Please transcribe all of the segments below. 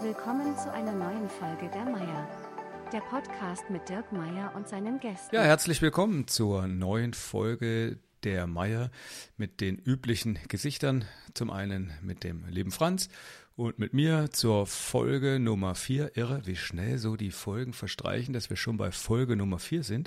Willkommen zu einer neuen Folge der Meier. Der Podcast mit Dirk Meier und seinen Gästen. Ja, herzlich willkommen zur neuen Folge der Meier mit den üblichen Gesichtern. Zum einen mit dem lieben Franz und mit mir zur Folge Nummer 4. Irre, wie schnell so die Folgen verstreichen, dass wir schon bei Folge Nummer 4 sind.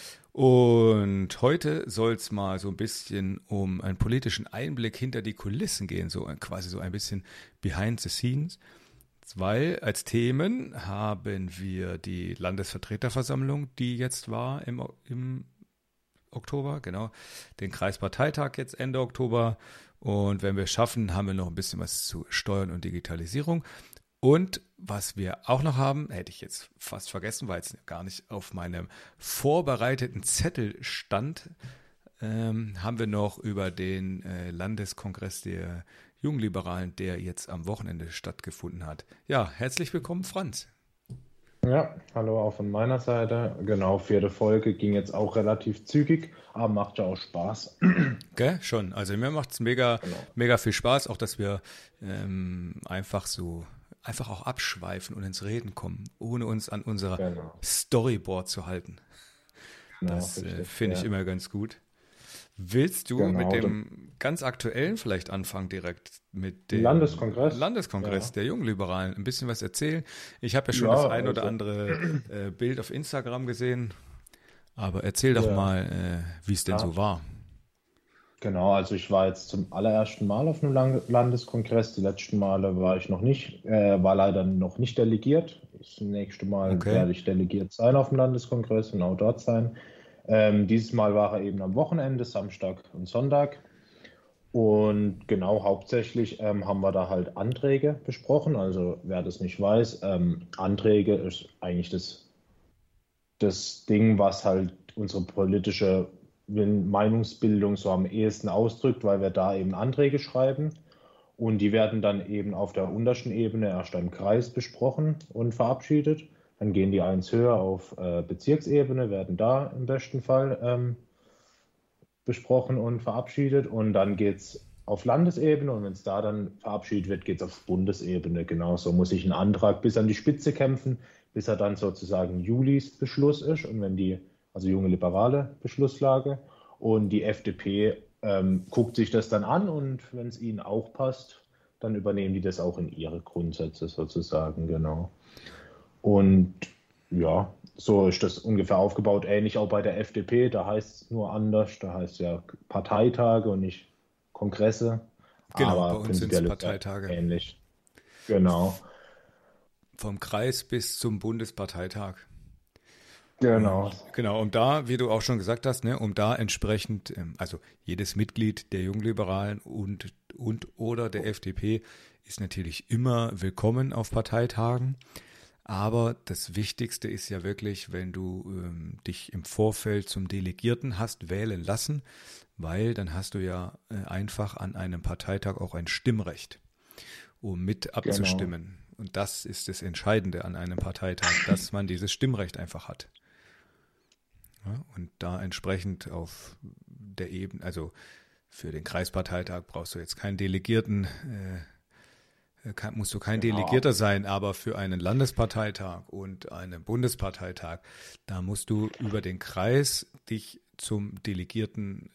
Und heute soll es mal so ein bisschen um einen politischen Einblick hinter die Kulissen gehen, so quasi so ein bisschen behind the scenes. Weil als Themen haben wir die Landesvertreterversammlung, die jetzt war im Oktober, genau, den Kreisparteitag jetzt Ende Oktober. Und wenn wir es schaffen, haben wir noch ein bisschen was zu Steuern und Digitalisierung. Und was wir auch noch haben, hätte ich jetzt fast vergessen, weil es gar nicht auf meinem vorbereiteten Zettel stand, haben wir noch über den Landeskongress der Jungliberalen, der jetzt am Wochenende stattgefunden hat. Ja, herzlich willkommen, Franz. Ja, hallo auch von meiner Seite. Genau, 4. Folge ging jetzt auch relativ zügig, aber macht ja auch Spaß. Gell, schon. Also mir macht es mega viel Spaß, auch dass wir einfach auch abschweifen und ins Reden kommen, ohne uns an unserer Storyboard zu halten. Genau, das finde ich immer ganz gut. Willst du mit dem ganz aktuellen vielleicht anfangen, direkt mit dem Landeskongress der Jungliberalen ein bisschen was erzählen? Ich habe ja schon das ein oder andere Bild auf Instagram gesehen, aber erzähl doch mal, wie es denn so war. Genau, also ich war jetzt zum allerersten Mal auf einem Landeskongress. Die letzten Male war ich noch nicht, war leider noch nicht delegiert. Das nächste Mal werde ich delegiert sein auf dem Landeskongress und auch dort sein. Dieses Mal war er eben am Wochenende, Samstag und Sonntag. Und genau, hauptsächlich haben wir da halt Anträge besprochen. Also wer das nicht weiß, Anträge ist eigentlich das Ding, was halt unsere politische Meinungsbildung so am ehesten ausdrückt, weil wir da eben Anträge schreiben. Und die werden dann eben auf der untersten Ebene erst im Kreis besprochen und verabschiedet. Dann gehen die eins höher auf Bezirksebene, werden da im besten Fall besprochen und verabschiedet. Und dann geht es auf Landesebene und wenn es da dann verabschiedet wird, geht es auf Bundesebene. Genauso muss ich einen Antrag bis an die Spitze kämpfen, bis er dann sozusagen Julis Beschluss ist und also junge liberale Beschlusslage. Und die FDP guckt sich das dann an und wenn es ihnen auch passt, dann übernehmen die das auch in ihre Grundsätze sozusagen, genau. Und ja, so ist das ungefähr aufgebaut, ähnlich auch bei der FDP, da heißt es nur anders, da heißt es ja Parteitage und nicht Kongresse. Genau, aber bei uns sind es Parteitage. Ähnlich, genau. Vom Kreis bis zum Bundesparteitag. Genau. Genau, um da, wie du auch schon gesagt hast, um da entsprechend, also jedes Mitglied der Jungliberalen und oder der FDP ist natürlich immer willkommen auf Parteitagen. Aber das Wichtigste ist ja wirklich, wenn du dich im Vorfeld zum Delegierten hast wählen lassen, weil dann hast du ja einfach an einem Parteitag auch ein Stimmrecht, um mit abzustimmen. Genau. Und das ist das Entscheidende an einem Parteitag, dass man dieses Stimmrecht einfach hat. Ja, und da entsprechend auf der Ebene, also für den Kreisparteitag brauchst du jetzt keinen Delegierten, musst du kein Delegierter sein, aber für einen Landesparteitag und einen Bundesparteitag, da musst du über den Kreis dich zum Delegierten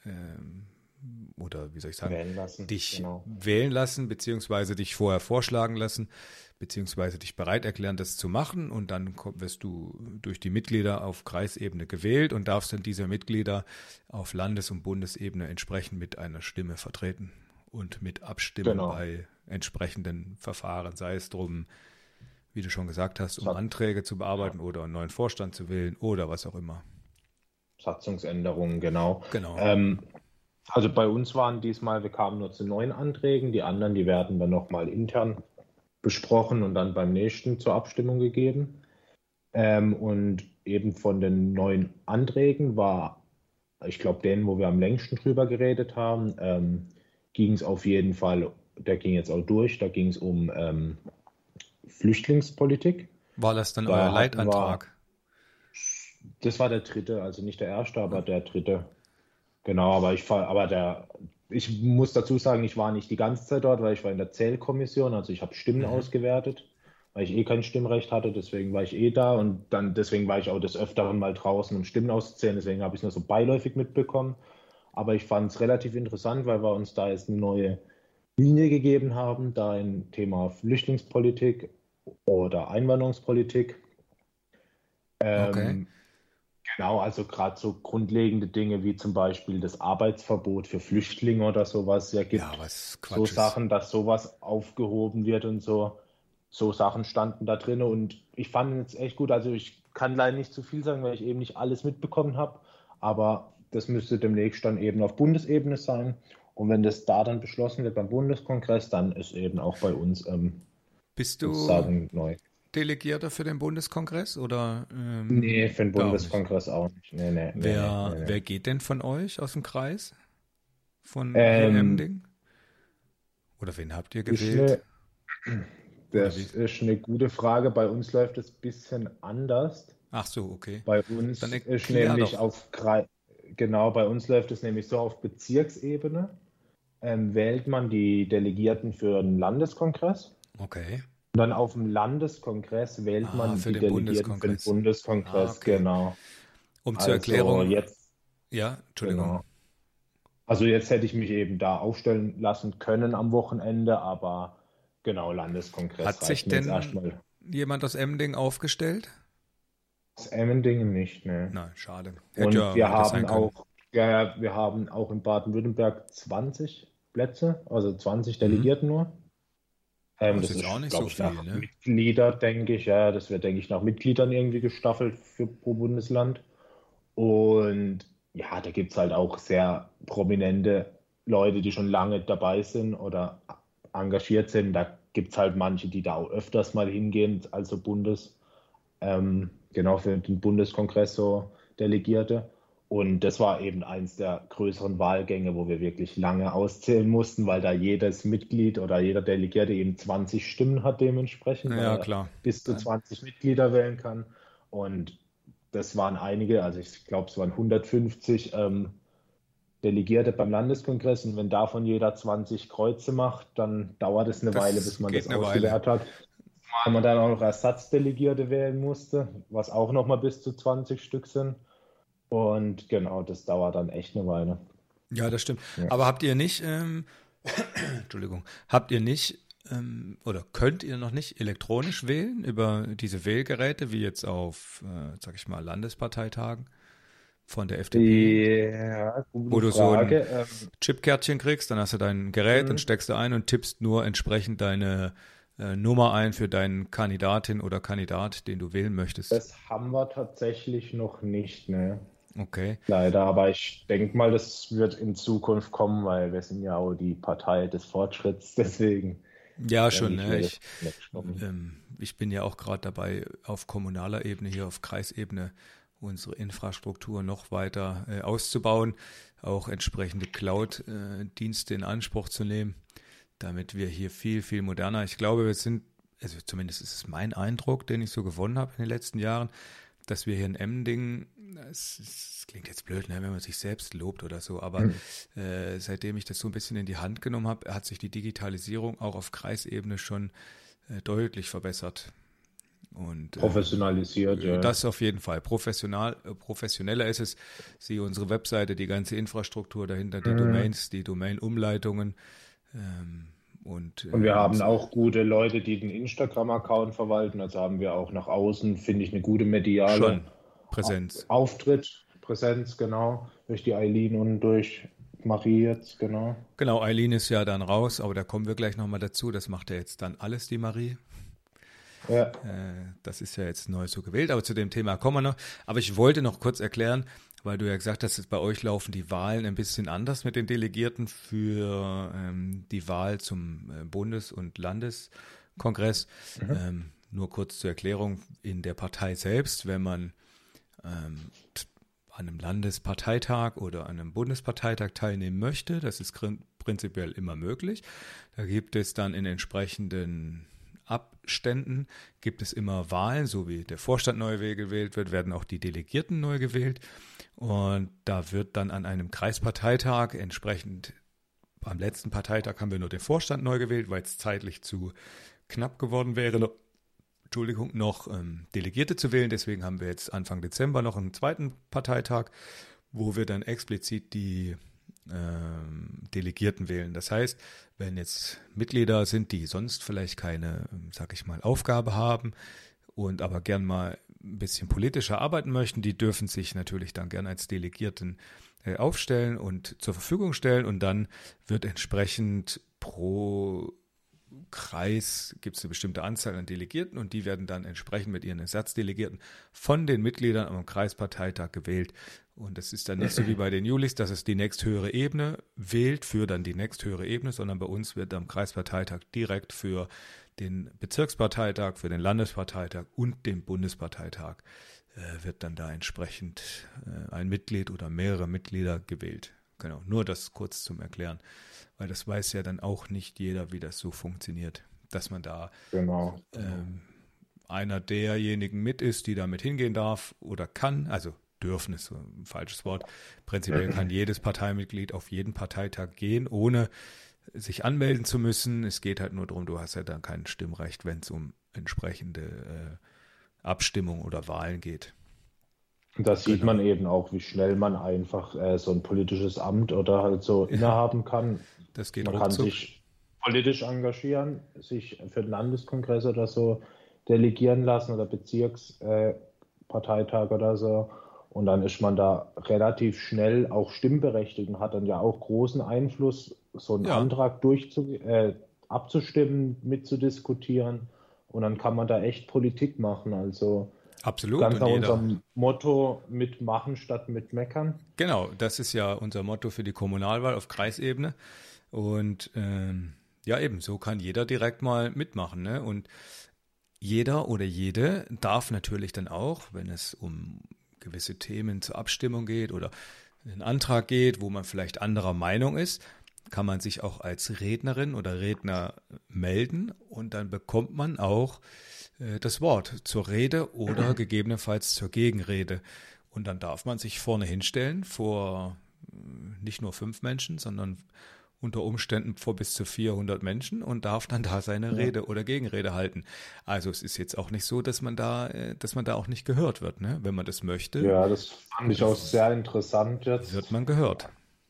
oder wie soll ich sagen, wählen lassen, beziehungsweise dich vorher vorschlagen lassen, beziehungsweise dich bereit erklären, das zu machen und dann wirst du durch die Mitglieder auf Kreisebene gewählt und darfst dann diese Mitglieder auf Landes- und Bundesebene entsprechend mit einer Stimme vertreten und mit abstimmen bei entsprechenden Verfahren, sei es drum, wie du schon gesagt hast, um Anträge zu bearbeiten oder einen neuen Vorstand zu wählen oder was auch immer. Satzungsänderungen, genau. Also bei uns waren diesmal, wir kamen nur zu 9 Anträgen, die anderen, die werden dann nochmal intern besprochen und dann beim nächsten zur Abstimmung gegeben. Und eben von den 9 Anträgen war, ich glaube, denen, wo wir am längsten drüber geredet haben, ging es auf jeden Fall, der ging jetzt auch durch, da ging es um Flüchtlingspolitik. War das dann euer Leitantrag? Das war der 3., also nicht der erste, aber der 3. Genau, ich muss dazu sagen, ich war nicht die ganze Zeit dort, weil ich war in der Zählkommission, also ich habe Stimmen ausgewertet. weil ich kein Stimmrecht hatte, deswegen war ich da und dann deswegen war ich auch des Öfteren mal draußen, um Stimmen auszuzählen, deswegen habe ich es nur so beiläufig mitbekommen. Aber ich fand es relativ interessant, weil wir uns da jetzt eine neue Linie gegeben haben, da ein Thema Flüchtlingspolitik oder Einwanderungspolitik. Okay. Genau, also gerade so grundlegende Dinge wie zum Beispiel das Arbeitsverbot für Flüchtlinge oder sowas ja Ja, gibt. was So Quatsch ist. Sachen, dass sowas aufgehoben wird und so. So Sachen standen da drin und ich fand es echt gut. Also ich kann leider nicht zu viel sagen, weil ich eben nicht alles mitbekommen habe, aber das müsste demnächst dann eben auf Bundesebene sein. Und wenn das da dann beschlossen wird beim Bundeskongress, dann ist eben auch bei uns Bist du sozusagen neu. Delegierter für den Bundeskongress oder Nee, für den da auch nicht? Bundeskongress auch nicht. Nee. Wer geht denn von euch aus dem Kreis? Von hier Ähm, Emding? Oder wen habt ihr ist gewählt? Oder wie? das ist eine gute Frage. Bei uns läuft es ein bisschen anders. Ach so, okay. Bei Dann uns ist erklär nämlich doch. genau, bei uns läuft es nämlich so auf Bezirksebene. Wählt man die Delegierten für den Landeskongress. Okay. Und dann auf dem Landeskongress wählt Ah, man für die den Delegierten für den Bundeskongress. Ah, Bundeskongress, okay. genau. Zur Also Erklärung, jetzt, ja, Entschuldigung. genau. Also jetzt hätte ich mich eben da aufstellen lassen können am Wochenende, aber genau, Hat Landeskongress sich reicht mir jetzt denn erstmal. jemand aus Emding aufgestellt? Das Emmendingen nicht, ne. Nein, schade. Und Hätte sein können. wir haben auch in Baden-Württemberg 20 Plätze, also 20 Mhm. Delegierte nur. Oh, ist Das jetzt auch ist, nicht glaube so ich, viel, nach ne? Mitglieder, denke ich, ja, das wird, denke ich, nach Mitgliedern irgendwie gestaffelt für pro Bundesland. Und ja, da gibt es halt auch sehr prominente Leute, die schon lange dabei sind oder engagiert sind. Da gibt es halt manche, die da auch öfters mal hingehen, also genau für den Bundeskongress so Delegierte. Und das war eben eins der größeren Wahlgänge, wo wir wirklich lange auszählen mussten, weil da jedes Mitglied oder jeder Delegierte eben 20 Stimmen hat dementsprechend, weil Ja, er klar. bis zu Dann, 20 Mitglieder wählen kann. Und das waren einige, also ich glaube, es waren 150 Delegierte beim Landeskongress. Und wenn davon jeder 20 Kreuze macht, dann dauert es eine Weile, bis das man geht das eine Weile. ausgewertet hat. Weil man dann auch noch Ersatzdelegierte wählen musste, was auch nochmal bis zu 20 Stück sind. Und genau, das dauert dann echt eine Weile. Ja, das stimmt. Ja. Aber habt ihr nicht, Entschuldigung, habt ihr nicht oder könnt ihr noch nicht elektronisch wählen über diese Wählgeräte, wie jetzt auf, sag ich mal, Landesparteitagen von der FDP, Ja, wo gute du so ein Frage. Chipkärtchen kriegst, dann hast du dein Gerät und steckst du ein und tippst nur entsprechend deine Nummer ein für deinen Kandidatin oder Kandidat, den du wählen möchtest. Das haben wir tatsächlich noch nicht, ne? Okay. Leider, aber ich denke mal, das wird in Zukunft kommen, weil wir sind ja auch die Partei des Fortschritts, deswegen Ja, denke schon, ich, ne? wird es nicht kommen. Ich bin ja auch gerade dabei, auf kommunaler Ebene, hier auf Kreisebene, unsere Infrastruktur noch weiter auszubauen, auch entsprechende Cloud-Dienste in Anspruch zu nehmen, damit wir hier viel, viel moderner. Ich glaube, wir sind, also zumindest ist es mein Eindruck, den ich so gewonnen habe in den letzten Jahren, dass wir hier in Emmendingen, es klingt jetzt blöd, ne, wenn man sich selbst lobt oder so, aber seitdem ich das so ein bisschen in die Hand genommen habe, hat sich die Digitalisierung auch auf Kreisebene schon deutlich verbessert. Und Professionalisiert, ja. das auf jeden Fall. Professioneller ist es. Siehe unsere Webseite, die ganze Infrastruktur dahinter, die Domains, die Domain-Umleitungen. Und Und wir haben auch gute Leute, die den Instagram-Account verwalten. Also haben wir auch nach außen, finde ich, eine gute mediale schon Präsenz. Auftritt, Präsenz, genau. Durch die Eileen und durch Marie jetzt, genau. Genau, Eileen ist ja dann raus, aber da kommen wir gleich nochmal dazu. Das macht ja jetzt dann alles die Marie. Ja. Das ist ja jetzt neu so gewählt, aber zu dem Thema kommen wir noch. Aber ich wollte noch kurz erklären, weil du ja gesagt hast, dass bei euch laufen die Wahlen ein bisschen anders mit den Delegierten für die Wahl zum Bundes- und Landeskongress. Nur kurz zur Erklärung, in der Partei selbst, wenn man an einem Landesparteitag oder an einem Bundesparteitag teilnehmen möchte, das ist prinzipiell immer möglich. Da gibt es dann in entsprechenden Abständen gibt es immer Wahlen, so wie der Vorstand neu gewählt wird, werden auch die Delegierten neu gewählt. Und da wird dann an einem Kreisparteitag entsprechend, am letzten Parteitag haben wir nur den Vorstand neu gewählt, weil es zeitlich zu knapp geworden wäre, noch Delegierte zu wählen. Deswegen haben wir jetzt Anfang Dezember noch einen zweiten Parteitag, wo wir dann explizit die Delegierten wählen. Das heißt, wenn jetzt Mitglieder sind, die sonst vielleicht keine, sag ich mal, Aufgabe haben und aber gern mal ein bisschen politischer arbeiten möchten, die dürfen sich natürlich dann gern als Delegierten aufstellen und zur Verfügung stellen, und dann wird entsprechend pro Kreis gibt es eine bestimmte Anzahl an Delegierten, und die werden dann entsprechend mit ihren Ersatzdelegierten von den Mitgliedern am Kreisparteitag gewählt. Und das ist dann nicht so wie bei den Julis, dass es die nächsthöhere Ebene wählt für dann die nächsthöhere Ebene, sondern bei uns wird am Kreisparteitag direkt für den Bezirksparteitag, für den Landesparteitag und den Bundesparteitag wird dann da entsprechend ein Mitglied oder mehrere Mitglieder gewählt. Genau, nur das kurz zum Erklären, weil das weiß ja dann auch nicht jeder, wie das so funktioniert, dass man da einer derjenigen mit ist, die damit hingehen darf oder kann, also dürfen ist so ein falsches Wort. Prinzipiell kann jedes Parteimitglied auf jeden Parteitag gehen, ohne sich anmelden zu müssen. Es geht halt nur darum, du hast ja dann kein Stimmrecht, wenn es um entsprechende Abstimmung oder Wahlen geht. Da sieht man eben auch, wie schnell man einfach so ein politisches Amt oder halt so innehaben kann. Das geht Man ruckzuck. kann sich politisch engagieren, sich für den Landeskongress oder so delegieren lassen oder Bezirksparteitag oder so. Und dann ist man da relativ schnell auch stimmberechtigt und hat dann ja auch großen Einfluss, so einen Antrag abzustimmen, mitzudiskutieren. Und dann kann man da echt Politik machen. Also absolut. ganz nach unserem Motto: mitmachen statt mitmeckern. Genau, das ist ja unser Motto für die Kommunalwahl auf Kreisebene. Und ja, eben, so kann jeder direkt mal mitmachen. Ne? Und jeder oder jede darf natürlich dann auch, wenn es um gewisse Themen zur Abstimmung geht oder einen Antrag geht, wo man vielleicht anderer Meinung ist, kann man sich auch als Rednerin oder Redner melden, und dann bekommt man auch das Wort zur Rede oder gegebenenfalls zur Gegenrede. Und dann darf man sich vorne hinstellen vor nicht nur 5 Menschen, sondern unter Umständen vor bis zu 400 Menschen und darf dann da seine Rede oder Gegenrede halten. Also es ist jetzt auch nicht so, dass man da auch nicht gehört wird, ne? Wenn man das möchte. Ja, das fand ich auch sehr interessant jetzt. Wird man gehört.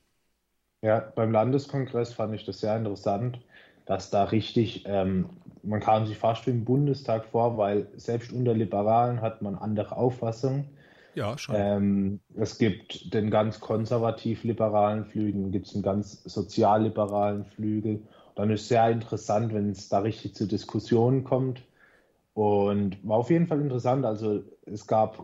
Ja, beim Landeskongress fand ich das sehr interessant, dass da richtig, man kam sich fast wie im Bundestag vor, weil selbst unter Liberalen hat man andere Auffassungen. Ja, schon. Es gibt den ganz konservativ-liberalen Flügel, dann gibt es einen ganz sozialliberalen Flügel. Dann ist es sehr interessant, wenn es da richtig zu Diskussionen kommt. Und war auf jeden Fall interessant. Also es gab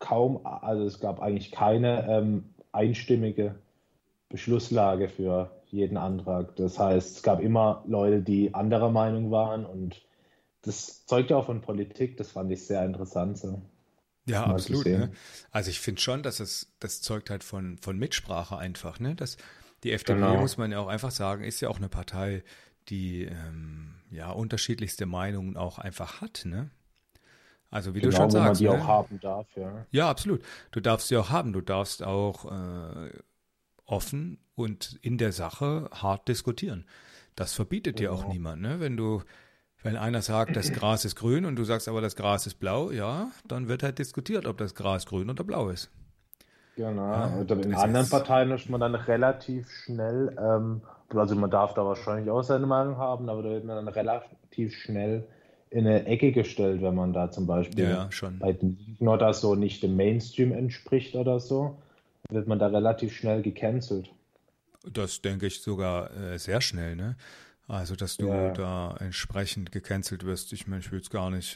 eigentlich keine einstimmige Beschlusslage für jeden Antrag. Das heißt, es gab immer Leute, die anderer Meinung waren, und das zeugt ja auch von Politik. Das fand ich sehr interessant. So. Ja, absolut. Ne? Also ich finde schon, dass das zeugt halt von Mitsprache einfach. Ne? Die FDP, muss man ja auch einfach sagen, ist ja auch eine Partei, die unterschiedlichste Meinungen auch einfach hat. Ne? Also wie du schon sagst. Wenn man die auch haben darf, ja. Ja, absolut. Du darfst sie auch haben. Du darfst auch offen und in der Sache hart diskutieren. Das verbietet dir auch niemand. Ne? Wenn einer sagt, das Gras ist grün und du sagst aber, das Gras ist blau, ja, dann wird halt diskutiert, ob das Gras grün oder blau ist. Genau. Ja, in anderen Parteien ist man dann relativ schnell, also man darf da wahrscheinlich auch seine Meinung haben, aber da wird man dann relativ schnell in eine Ecke gestellt, wenn man da zum Beispiel bei den Linken oder so nicht dem Mainstream entspricht oder so, wird man da relativ schnell gecancelt. Das denke ich sogar sehr schnell, ne? Also, dass du da entsprechend gecancelt wirst. Ich meine, ich will jetzt gar nicht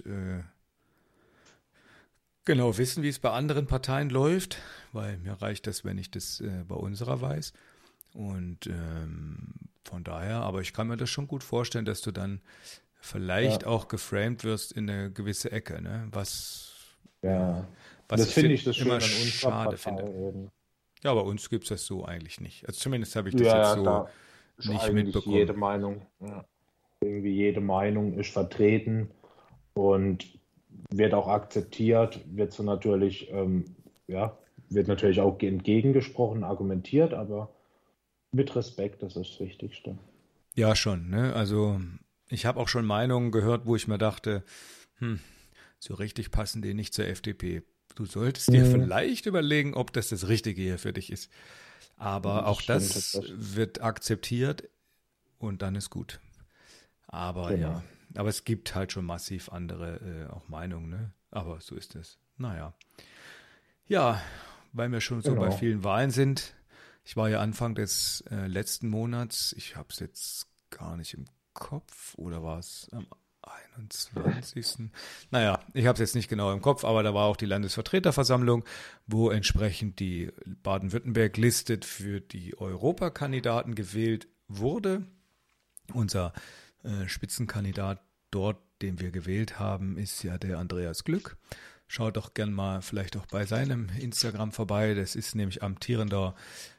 genau wissen, wie es bei anderen Parteien läuft, weil mir reicht das, wenn ich das bei unserer weiß. Und von daher, aber ich kann mir das schon gut vorstellen, dass du dann vielleicht auch geframed wirst in eine gewisse Ecke, ne? Was das finde ich das immer schön an unserer schade Partei finde. eben. Ja, bei uns gibt es das so eigentlich nicht. Also zumindest habe ich das jetzt so nicht mitbekommen. Irgendwie jede Meinung ist vertreten und wird auch akzeptiert, wird so natürlich, wird natürlich auch entgegengesprochen, argumentiert, aber mit Respekt, das ist das Wichtigste. Ja, schon, ne? Also ich habe auch schon Meinungen gehört, wo ich mir dachte, so richtig passen die nicht zur FDP. Du solltest dir vielleicht überlegen, ob das Richtige hier für dich ist. Aber auch das wird akzeptiert und dann ist gut. Aber ja, aber es gibt halt schon massiv andere auch Meinungen, ne? Aber so ist es. Naja. Ja, weil wir schon so bei vielen Wahlen sind. Ich war ja Anfang des letzten Monats, ich habe es jetzt gar nicht im Kopf, oder war es am 21. Naja, ich habe es jetzt nicht genau im Kopf, aber da war auch die Landesvertreterversammlung, wo entsprechend die Baden-Württemberg-Liste für die Europakandidaten gewählt wurde. Unser Spitzenkandidat dort, den wir gewählt haben, ist ja der Andreas Glück. Schaut doch gern mal vielleicht auch bei seinem Instagram vorbei. Das ist nämlich amtierender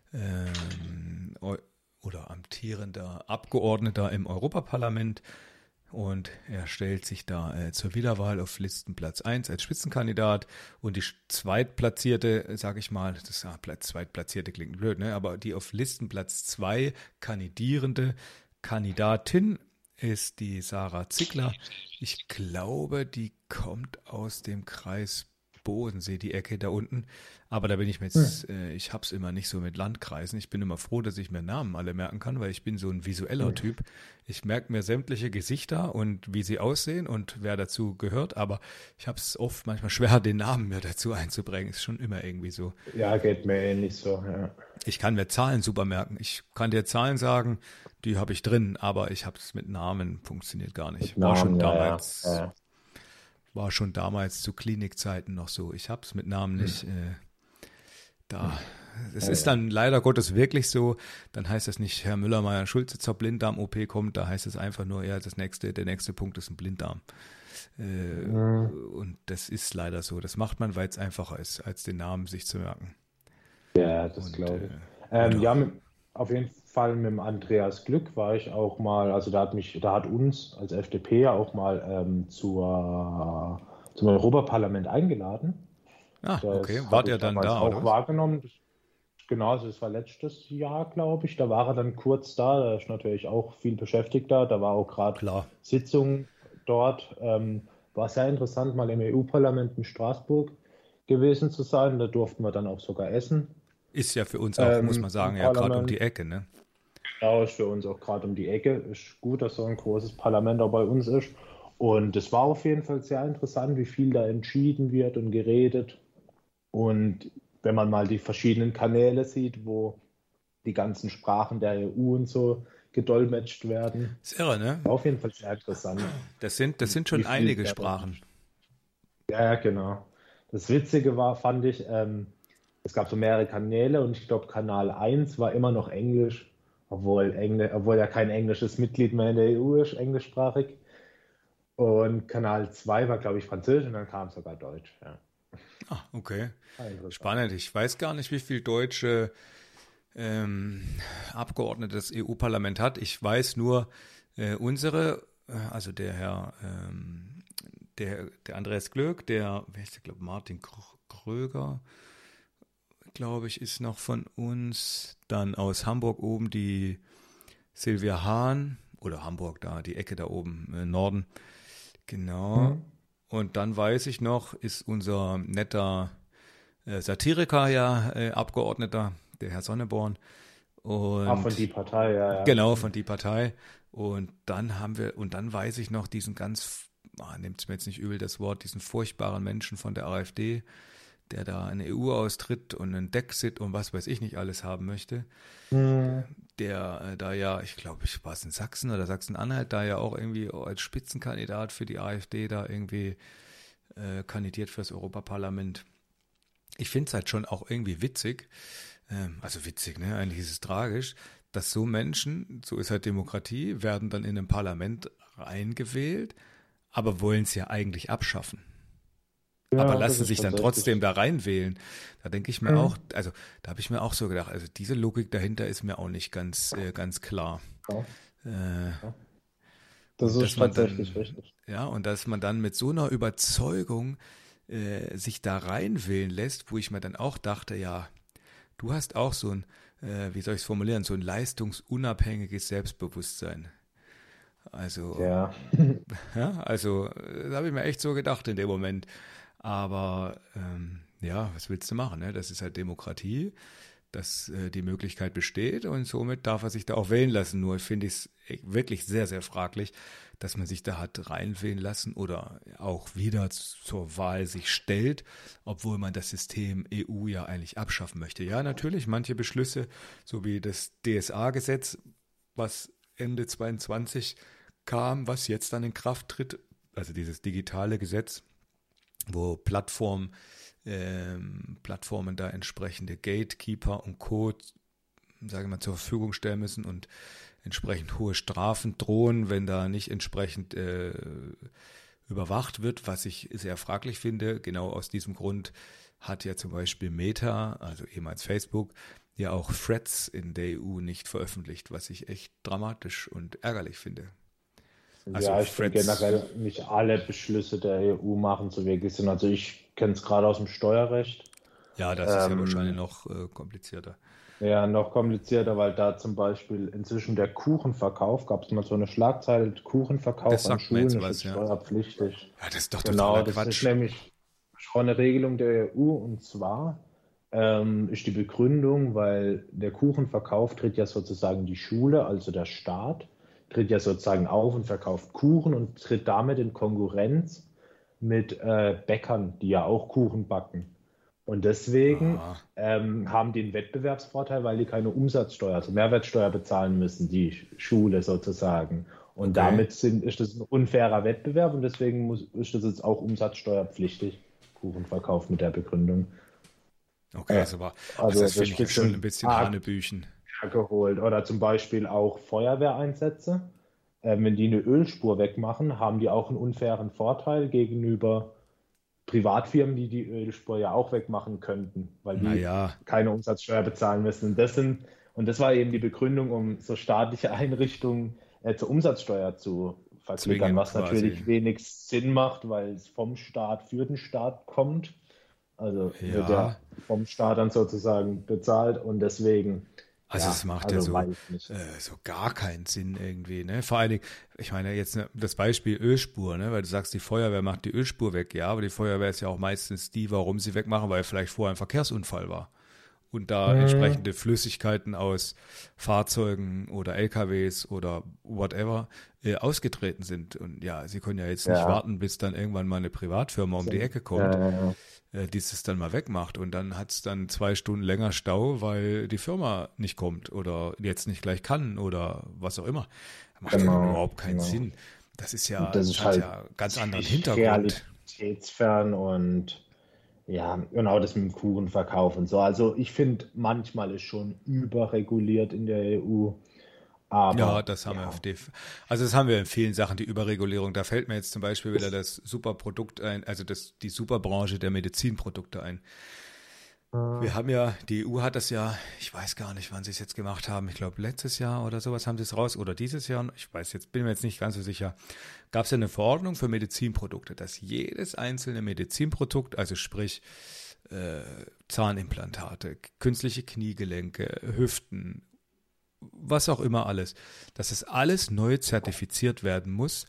Abgeordneter im Europaparlament. Und er stellt sich da zur Wiederwahl auf Listenplatz 1 als Spitzenkandidat und die Zweitplatzierte, sage ich mal, Zweitplatzierte klingt blöd, ne? Aber die auf Listenplatz 2 kandidierende Kandidatin ist die Sarah Zickler. Ich glaube, die kommt aus dem Kreis Bodensee, die Ecke da unten. Aber da bin ich mir jetzt, ich hab's immer nicht so mit Landkreisen. Ich bin immer froh, dass ich mir Namen alle merken kann, weil ich bin so ein visueller Typ. Ich merke mir sämtliche Gesichter und wie sie aussehen und wer dazu gehört, aber ich habe es oft manchmal schwer, den Namen mir dazu einzubringen. Ist schon immer irgendwie so. Ja, geht mir ähnlich so, ja. Ich kann mir Zahlen super merken. Ich kann dir Zahlen sagen, die habe ich drin, aber ich habe es mit Namen, funktioniert gar nicht. Mit Namen, War schon damals zu Klinikzeiten noch so. Ich habe es mit Namen nicht da. Es ist dann leider Gottes wirklich so. Dann heißt es nicht, Herr Müller-Meyer-Schulze zur Blinddarm-OP kommt. Da heißt es einfach nur, ja, der nächste Punkt ist ein Blinddarm. Und das ist leider so. Das macht man, weil es einfacher ist, als den Namen sich zu merken. Ja, das glaube ich. Auf jeden Fall mit dem Andreas Glück war ich auch mal, also da hat uns als FDP ja auch mal zum Europaparlament eingeladen. Ah, okay. Wart ihr dann da, auch oder? Wahrgenommen. Genau, also das war letztes Jahr, glaube ich. Da war er dann kurz da. Da ist natürlich auch viel beschäftigt da. Da war auch gerade Sitzung dort. War sehr interessant, mal im EU-Parlament in Straßburg gewesen zu sein. Da durften wir dann auch sogar essen. Ist ja für uns auch, muss man sagen, ja gerade um die Ecke, ne? Genau, ist für uns auch gerade um die Ecke. Ist gut, dass so ein großes Parlament auch bei uns ist. Und es war auf jeden Fall sehr interessant, wie viel da entschieden wird und geredet. Und wenn man mal die verschiedenen Kanäle sieht, wo die ganzen Sprachen der EU und so gedolmetscht werden. Das ist irre, ne? War auf jeden Fall sehr interessant. Das sind schon einige Sprachen. Ja, genau. Das Witzige war, fand ich, es gab so mehrere Kanäle und ich glaube, Kanal 1 war immer noch Englisch, obwohl ja kein englisches Mitglied mehr in der EU ist, englischsprachig. Und Kanal 2 war, glaube ich, Französisch und dann kam sogar Deutsch. Ja. Ah, okay. Spannend. Ich weiß gar nicht, wie viele deutsche Abgeordnete das EU-Parlament hat. Ich weiß nur, also der Herr, der Andreas Glück, wer ist der, glaube Martin Kröger, glaube ich, ist noch von uns. Dann aus Hamburg oben die Silvia Hahn, oder Hamburg da, die Ecke da oben, Norden. Genau. Und dann weiß ich noch, ist unser netter Satiriker Abgeordneter, der Herr Sonneborn. Und von die Partei, ja. Genau, von die Partei. Und dann weiß ich noch diesen nehmt es mir jetzt nicht übel, das Wort, diesen furchtbaren Menschen von der AfD, der da eine EU austritt und einen Dexit und was weiß ich nicht alles haben möchte. Der da ja, ich glaube, war es in Sachsen oder Sachsen-Anhalt, da ja auch irgendwie als Spitzenkandidat für die AfD da irgendwie kandidiert fürs Europaparlament. Ich finde es halt schon auch irgendwie witzig, also witzig, ne? Eigentlich ist es tragisch, dass so Menschen, so ist halt Demokratie, werden dann in ein Parlament reingewählt, aber wollen es ja eigentlich abschaffen. Ja, aber lassen sich dann trotzdem da reinwählen. Da denke ich mir auch, also da habe ich mir auch so gedacht, also diese Logik dahinter ist mir auch nicht ganz klar. Ja. Das ist tatsächlich richtig. Ja, und dass man dann mit so einer Überzeugung sich da reinwählen lässt, wo ich mir dann auch dachte, ja, du hast auch so ein, wie soll ich es formulieren, so ein leistungsunabhängiges Selbstbewusstsein. Also, Ja. ja, also das habe ich mir echt so gedacht in dem Moment. Aber ja, was willst du machen? Ne? Das ist halt Demokratie, dass die Möglichkeit besteht und somit darf er sich da auch wählen lassen. Nur finde ich es wirklich sehr, sehr fraglich, dass man sich da hat reinwählen lassen oder auch wieder zur Wahl sich stellt, obwohl man das System EU ja eigentlich abschaffen möchte. Ja, natürlich, manche Beschlüsse, so wie das DSA-Gesetz, was Ende 22 kam, was jetzt dann in Kraft tritt, also dieses digitale Gesetz, wo Plattformen da entsprechende Gatekeeper und Co. sage ich mal, zur Verfügung stellen müssen und entsprechend hohe Strafen drohen, wenn da nicht entsprechend überwacht wird, was ich sehr fraglich finde. Genau aus diesem Grund hat ja zum Beispiel Meta, also ehemals Facebook, ja auch Threads in der EU nicht veröffentlicht, was ich echt dramatisch und ärgerlich finde. Also Ja, ich finde generell nicht alle Beschlüsse der EU machen so wirklich Sinn. Also ich kenne es gerade aus dem Steuerrecht. Ja, das ist ja wahrscheinlich noch komplizierter. Ja, noch komplizierter, weil da zum Beispiel inzwischen der Kuchenverkauf, gab es mal so eine Schlagzeile, Kuchenverkauf an Schulen ist jetzt steuerpflichtig. Ja, das ist doch Genau, totaler das Quatsch. ist nämlich schon eine Regelung der EU und zwar ist die Begründung, weil der Kuchenverkauf tritt ja sozusagen die Schule, also der Staat, tritt ja sozusagen auf und verkauft Kuchen und tritt damit in Konkurrenz mit Bäckern, die ja auch Kuchen backen. Und deswegen haben die einen Wettbewerbsvorteil, weil die keine Umsatzsteuer, also Mehrwertsteuer bezahlen müssen, die Schule sozusagen. Und damit ist das ein unfairer Wettbewerb und deswegen ist das jetzt auch umsatzsteuerpflichtig, Kuchenverkauf mit der Begründung. Okay, aber das finde ich schon ein bisschen Hanebüchen. Geholt. Oder zum Beispiel auch Feuerwehreinsätze. Wenn die eine Ölspur wegmachen, haben die auch einen unfairen Vorteil gegenüber Privatfirmen, die die Ölspur ja auch wegmachen könnten, weil die keine Umsatzsteuer bezahlen müssen. Und das war eben die Begründung, um so staatliche Einrichtungen zur Umsatzsteuer zu verklickern, was natürlich wenig Sinn macht, weil es vom Staat für den Staat kommt. Also wird ja vom Staat dann sozusagen bezahlt und deswegen. Also es macht so gar keinen Sinn irgendwie, ne? Vor allen Dingen, ich meine jetzt das Beispiel Ölspur, ne? Weil du sagst, die Feuerwehr macht die Ölspur weg, ja, aber die Feuerwehr ist ja auch meistens die, warum sie wegmachen, weil vielleicht vorher ein Verkehrsunfall war und da entsprechende Flüssigkeiten aus Fahrzeugen oder LKWs oder whatever ausgetreten sind. Und ja, sie können ja jetzt nicht warten, bis dann irgendwann mal eine Privatfirma um die Ecke kommt. Die es dann mal wegmacht und dann hat es dann 2 Stunden länger Stau, weil die Firma nicht kommt oder jetzt nicht gleich kann oder was auch immer. Macht ja überhaupt keinen Sinn. Das ist ja, das hat halt ja ganz anderen Hintergrund. Realitätsfern und ja, genau das mit dem Kuchenverkauf und so. Also ich finde, manchmal ist schon überreguliert in der EU. Aber, ja, das haben wir also das haben wir in vielen Sachen, die Überregulierung. Da fällt mir jetzt zum Beispiel wieder das Superprodukt ein, also die Superbranche der Medizinprodukte ein. Wir haben ja, die EU hat das ja, ich weiß gar nicht, wann sie es jetzt gemacht haben, ich glaube letztes Jahr oder sowas haben sie es raus, oder dieses Jahr, ich weiß jetzt, bin mir jetzt nicht ganz so sicher, gab es ja eine Verordnung für Medizinprodukte, dass jedes einzelne Medizinprodukt, also sprich Zahnimplantate, künstliche Kniegelenke, Hüften, was auch immer alles, dass es alles neu zertifiziert werden muss,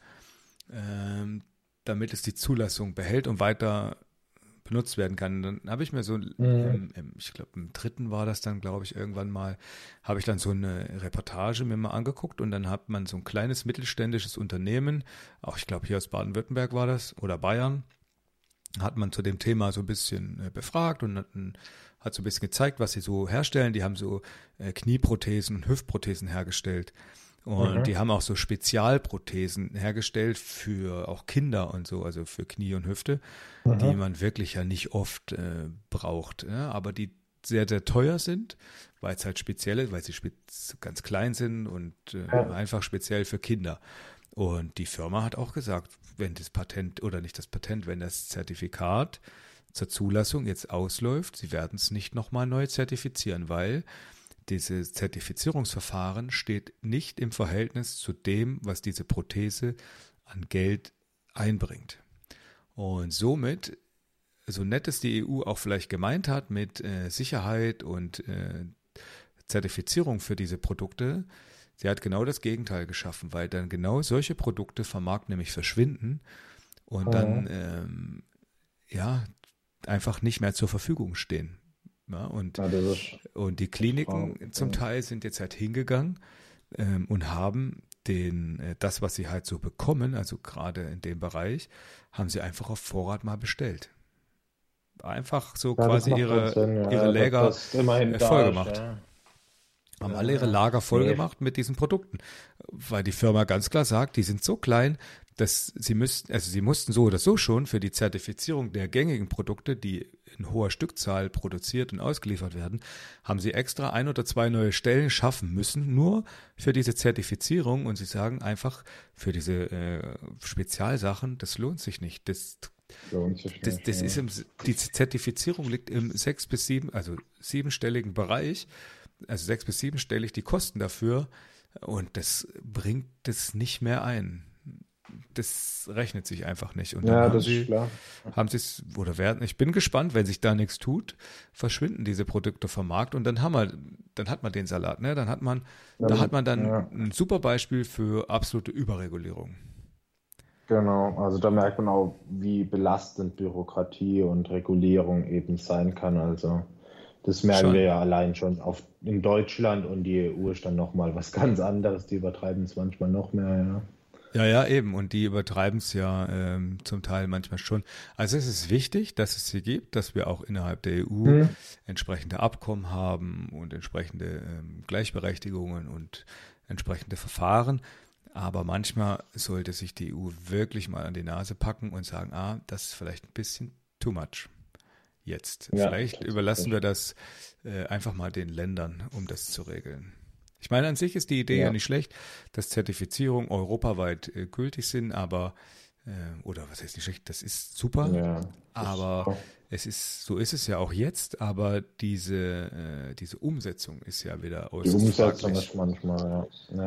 damit es die Zulassung behält und weiter benutzt werden kann. Dann habe ich mir so, ich glaube im 3. war das dann, glaube ich, irgendwann mal, habe ich dann so eine Reportage mir mal angeguckt und dann hat man so ein kleines mittelständisches Unternehmen, auch ich glaube hier aus Baden-Württemberg war das oder Bayern, hat man zu dem Thema so ein bisschen befragt und hat so ein bisschen gezeigt, was sie so herstellen. Die haben so Knieprothesen und Hüftprothesen hergestellt. Und die haben auch so Spezialprothesen hergestellt für auch Kinder und so, also für Knie und Hüfte, die man wirklich ja nicht oft braucht. Ja? Aber die sehr, sehr teuer sind, weil es halt spezielle, weil sie ganz klein sind und einfach speziell für Kinder. Und die Firma hat auch gesagt, wenn das Patent oder nicht das Patent, wenn das Zertifikat zur Zulassung jetzt ausläuft, sie werden es nicht nochmal neu zertifizieren, weil dieses Zertifizierungsverfahren steht nicht im Verhältnis zu dem, was diese Prothese an Geld einbringt. Und somit, so nett es die EU auch vielleicht gemeint hat mit Sicherheit und Zertifizierung für diese Produkte, Sie hat genau das Gegenteil geschaffen, weil dann genau solche Produkte vom Markt nämlich verschwinden und dann einfach nicht mehr zur Verfügung stehen. Ja, und die Kliniken zum Teil sind jetzt halt hingegangen und haben das, was sie halt so bekommen, also gerade in dem Bereich, haben sie einfach auf Vorrat mal bestellt. Einfach so quasi ihre Läger voll gemacht. Ja. Haben alle ihre Lager voll gemacht mit diesen Produkten. Weil die Firma ganz klar sagt, die sind so klein, dass sie mussten so oder so schon für die Zertifizierung der gängigen Produkte, die in hoher Stückzahl produziert und ausgeliefert werden, haben sie extra 1 oder 2 neue Stellen schaffen müssen, nur für diese Zertifizierung. Und sie sagen einfach, für diese Spezialsachen, das lohnt sich nicht. Die Zertifizierung liegt im 6 bis 7, also 7-stelligen Bereich, also 6 bis 7-stellig die Kosten dafür, und das bringt das nicht mehr ein. Das rechnet sich einfach nicht. Und dann das ist klar. Ich bin gespannt, wenn sich da nichts tut, verschwinden diese Produkte vom Markt, und dann hat man den Salat, ne? Da hat man ein super Beispiel für absolute Überregulierung. Genau, also da merkt man auch, wie belastend Bürokratie und Regulierung eben sein kann. Also das merken wir ja allein schon in Deutschland, und die EU ist dann nochmal was ganz anderes. Die übertreiben es manchmal noch mehr, ja. Ja, eben. Und die übertreiben es ja zum Teil manchmal schon. Also es ist wichtig, dass es sie gibt, dass wir auch innerhalb der EU entsprechende Abkommen haben und entsprechende Gleichberechtigungen und entsprechende Verfahren. Aber manchmal sollte sich die EU wirklich mal an die Nase packen und sagen, das ist vielleicht ein bisschen too much jetzt. Ja, vielleicht überlassen wir das einfach mal den Ländern, um das zu regeln. Ich meine, an sich ist die Idee ja nicht schlecht, dass Zertifizierungen europaweit gültig sind, aber, oder was heißt nicht schlecht, das ist super, aber so ist es ja auch jetzt, aber diese Umsetzung ist ja wieder aus. Die Umsetzung ist manchmal,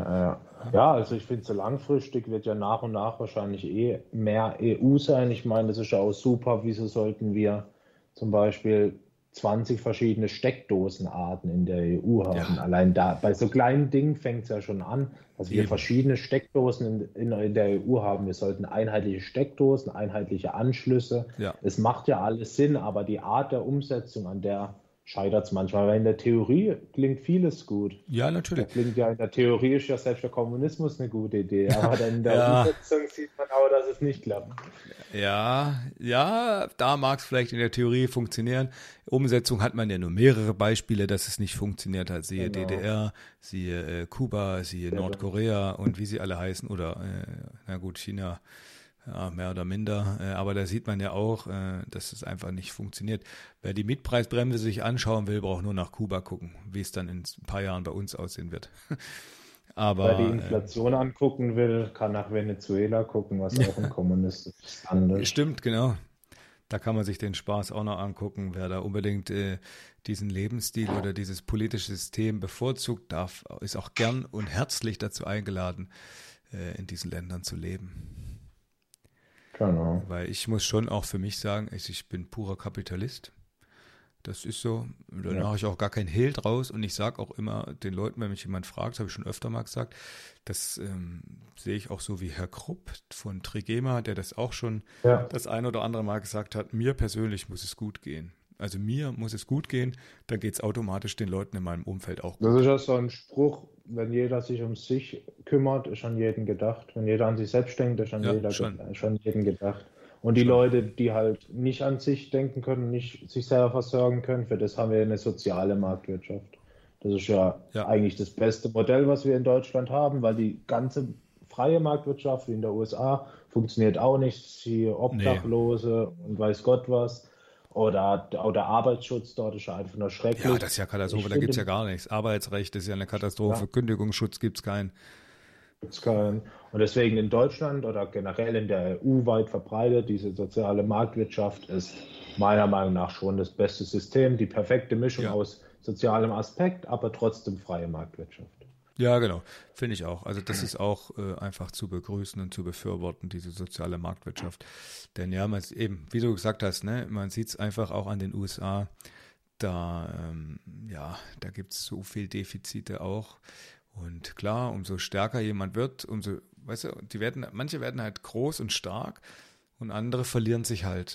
ja, also ich finde, so langfristig wird ja nach und nach wahrscheinlich mehr EU sein. Ich meine, das ist ja auch super, wieso sollten wir zum Beispiel 20 verschiedene Steckdosenarten in der EU haben. Ja. Allein da, bei so kleinen Dingen fängt es ja schon an, dass wir verschiedene Steckdosen in der EU haben. Wir sollten einheitliche Steckdosen, einheitliche Anschlüsse. Ja. Es macht ja alles Sinn, aber die Art der Umsetzung, an der scheitert es manchmal. Weil in der Theorie klingt vieles gut. Ja, natürlich. In der Theorie ist ja selbst der Kommunismus eine gute Idee, aber dann in der Umsetzung sieht man auch, dass es nicht klappt. Ja, da mag es vielleicht in der Theorie funktionieren. Umsetzung hat man ja nur mehrere Beispiele, dass es nicht funktioniert hat. Siehe DDR, siehe Kuba, siehe Nordkorea und wie sie alle heißen. Oder, China, mehr oder minder. Aber da sieht man ja auch, dass es einfach nicht funktioniert. Wer die Mietpreisbremse sich anschauen will, braucht nur nach Kuba gucken, wie es dann in ein paar Jahren bei uns aussehen wird. Aber, wer die Inflation angucken will, kann nach Venezuela gucken, was auch ein kommunistisches Land ist. Stimmt, genau. Da kann man sich den Spaß auch noch angucken. Wer da unbedingt diesen Lebensstil oder dieses politische System bevorzugt, ist auch gern und herzlich dazu eingeladen, in diesen Ländern zu leben. Genau. Weil ich muss schon auch für mich sagen, ich bin purer Kapitalist. Das ist so. Da mache ich auch gar keinen Hehl draus. Und ich sage auch immer den Leuten, wenn mich jemand fragt, das habe ich schon öfter mal gesagt, das sehe ich auch so wie Herr Krupp von Trigema, der das auch schon das ein oder andere Mal gesagt hat, mir persönlich muss es gut gehen. Also mir muss es gut gehen, dann geht es automatisch den Leuten in meinem Umfeld auch gut. Das ist ja so ein Spruch, wenn jeder sich um sich kümmert, ist an jeden gedacht. Wenn jeder an sich selbst denkt, ist an jeden gedacht. Und die Leute, die halt nicht an sich denken können, nicht sich selber versorgen können, für das haben wir eine soziale Marktwirtschaft. Das ist ja eigentlich das beste Modell, was wir in Deutschland haben, weil die ganze freie Marktwirtschaft wie in der USA funktioniert auch nicht. Siehe Obdachlose und weiß Gott was. Oder Arbeitsschutz dort ist ja einfach nur schrecklich. Ja, das ist ja Katastrophe, da gibt es ja gar nichts. Arbeitsrecht ist ja eine Katastrophe, Kündigungsschutz gibt es keinen. Und deswegen in Deutschland oder generell in der EU weit verbreitet, diese soziale Marktwirtschaft ist meiner Meinung nach schon das beste System, die perfekte Mischung aus sozialem Aspekt, aber trotzdem freie Marktwirtschaft. Ja, genau, finde ich auch. Also das ist auch einfach zu begrüßen und zu befürworten, diese soziale Marktwirtschaft. Denn ja, man eben, wie du gesagt hast, ne, man sieht es einfach auch an den USA, da gibt es so viel Defizite auch. Und klar, umso stärker jemand wird, weißt du, manche werden halt groß und stark und andere verlieren sich halt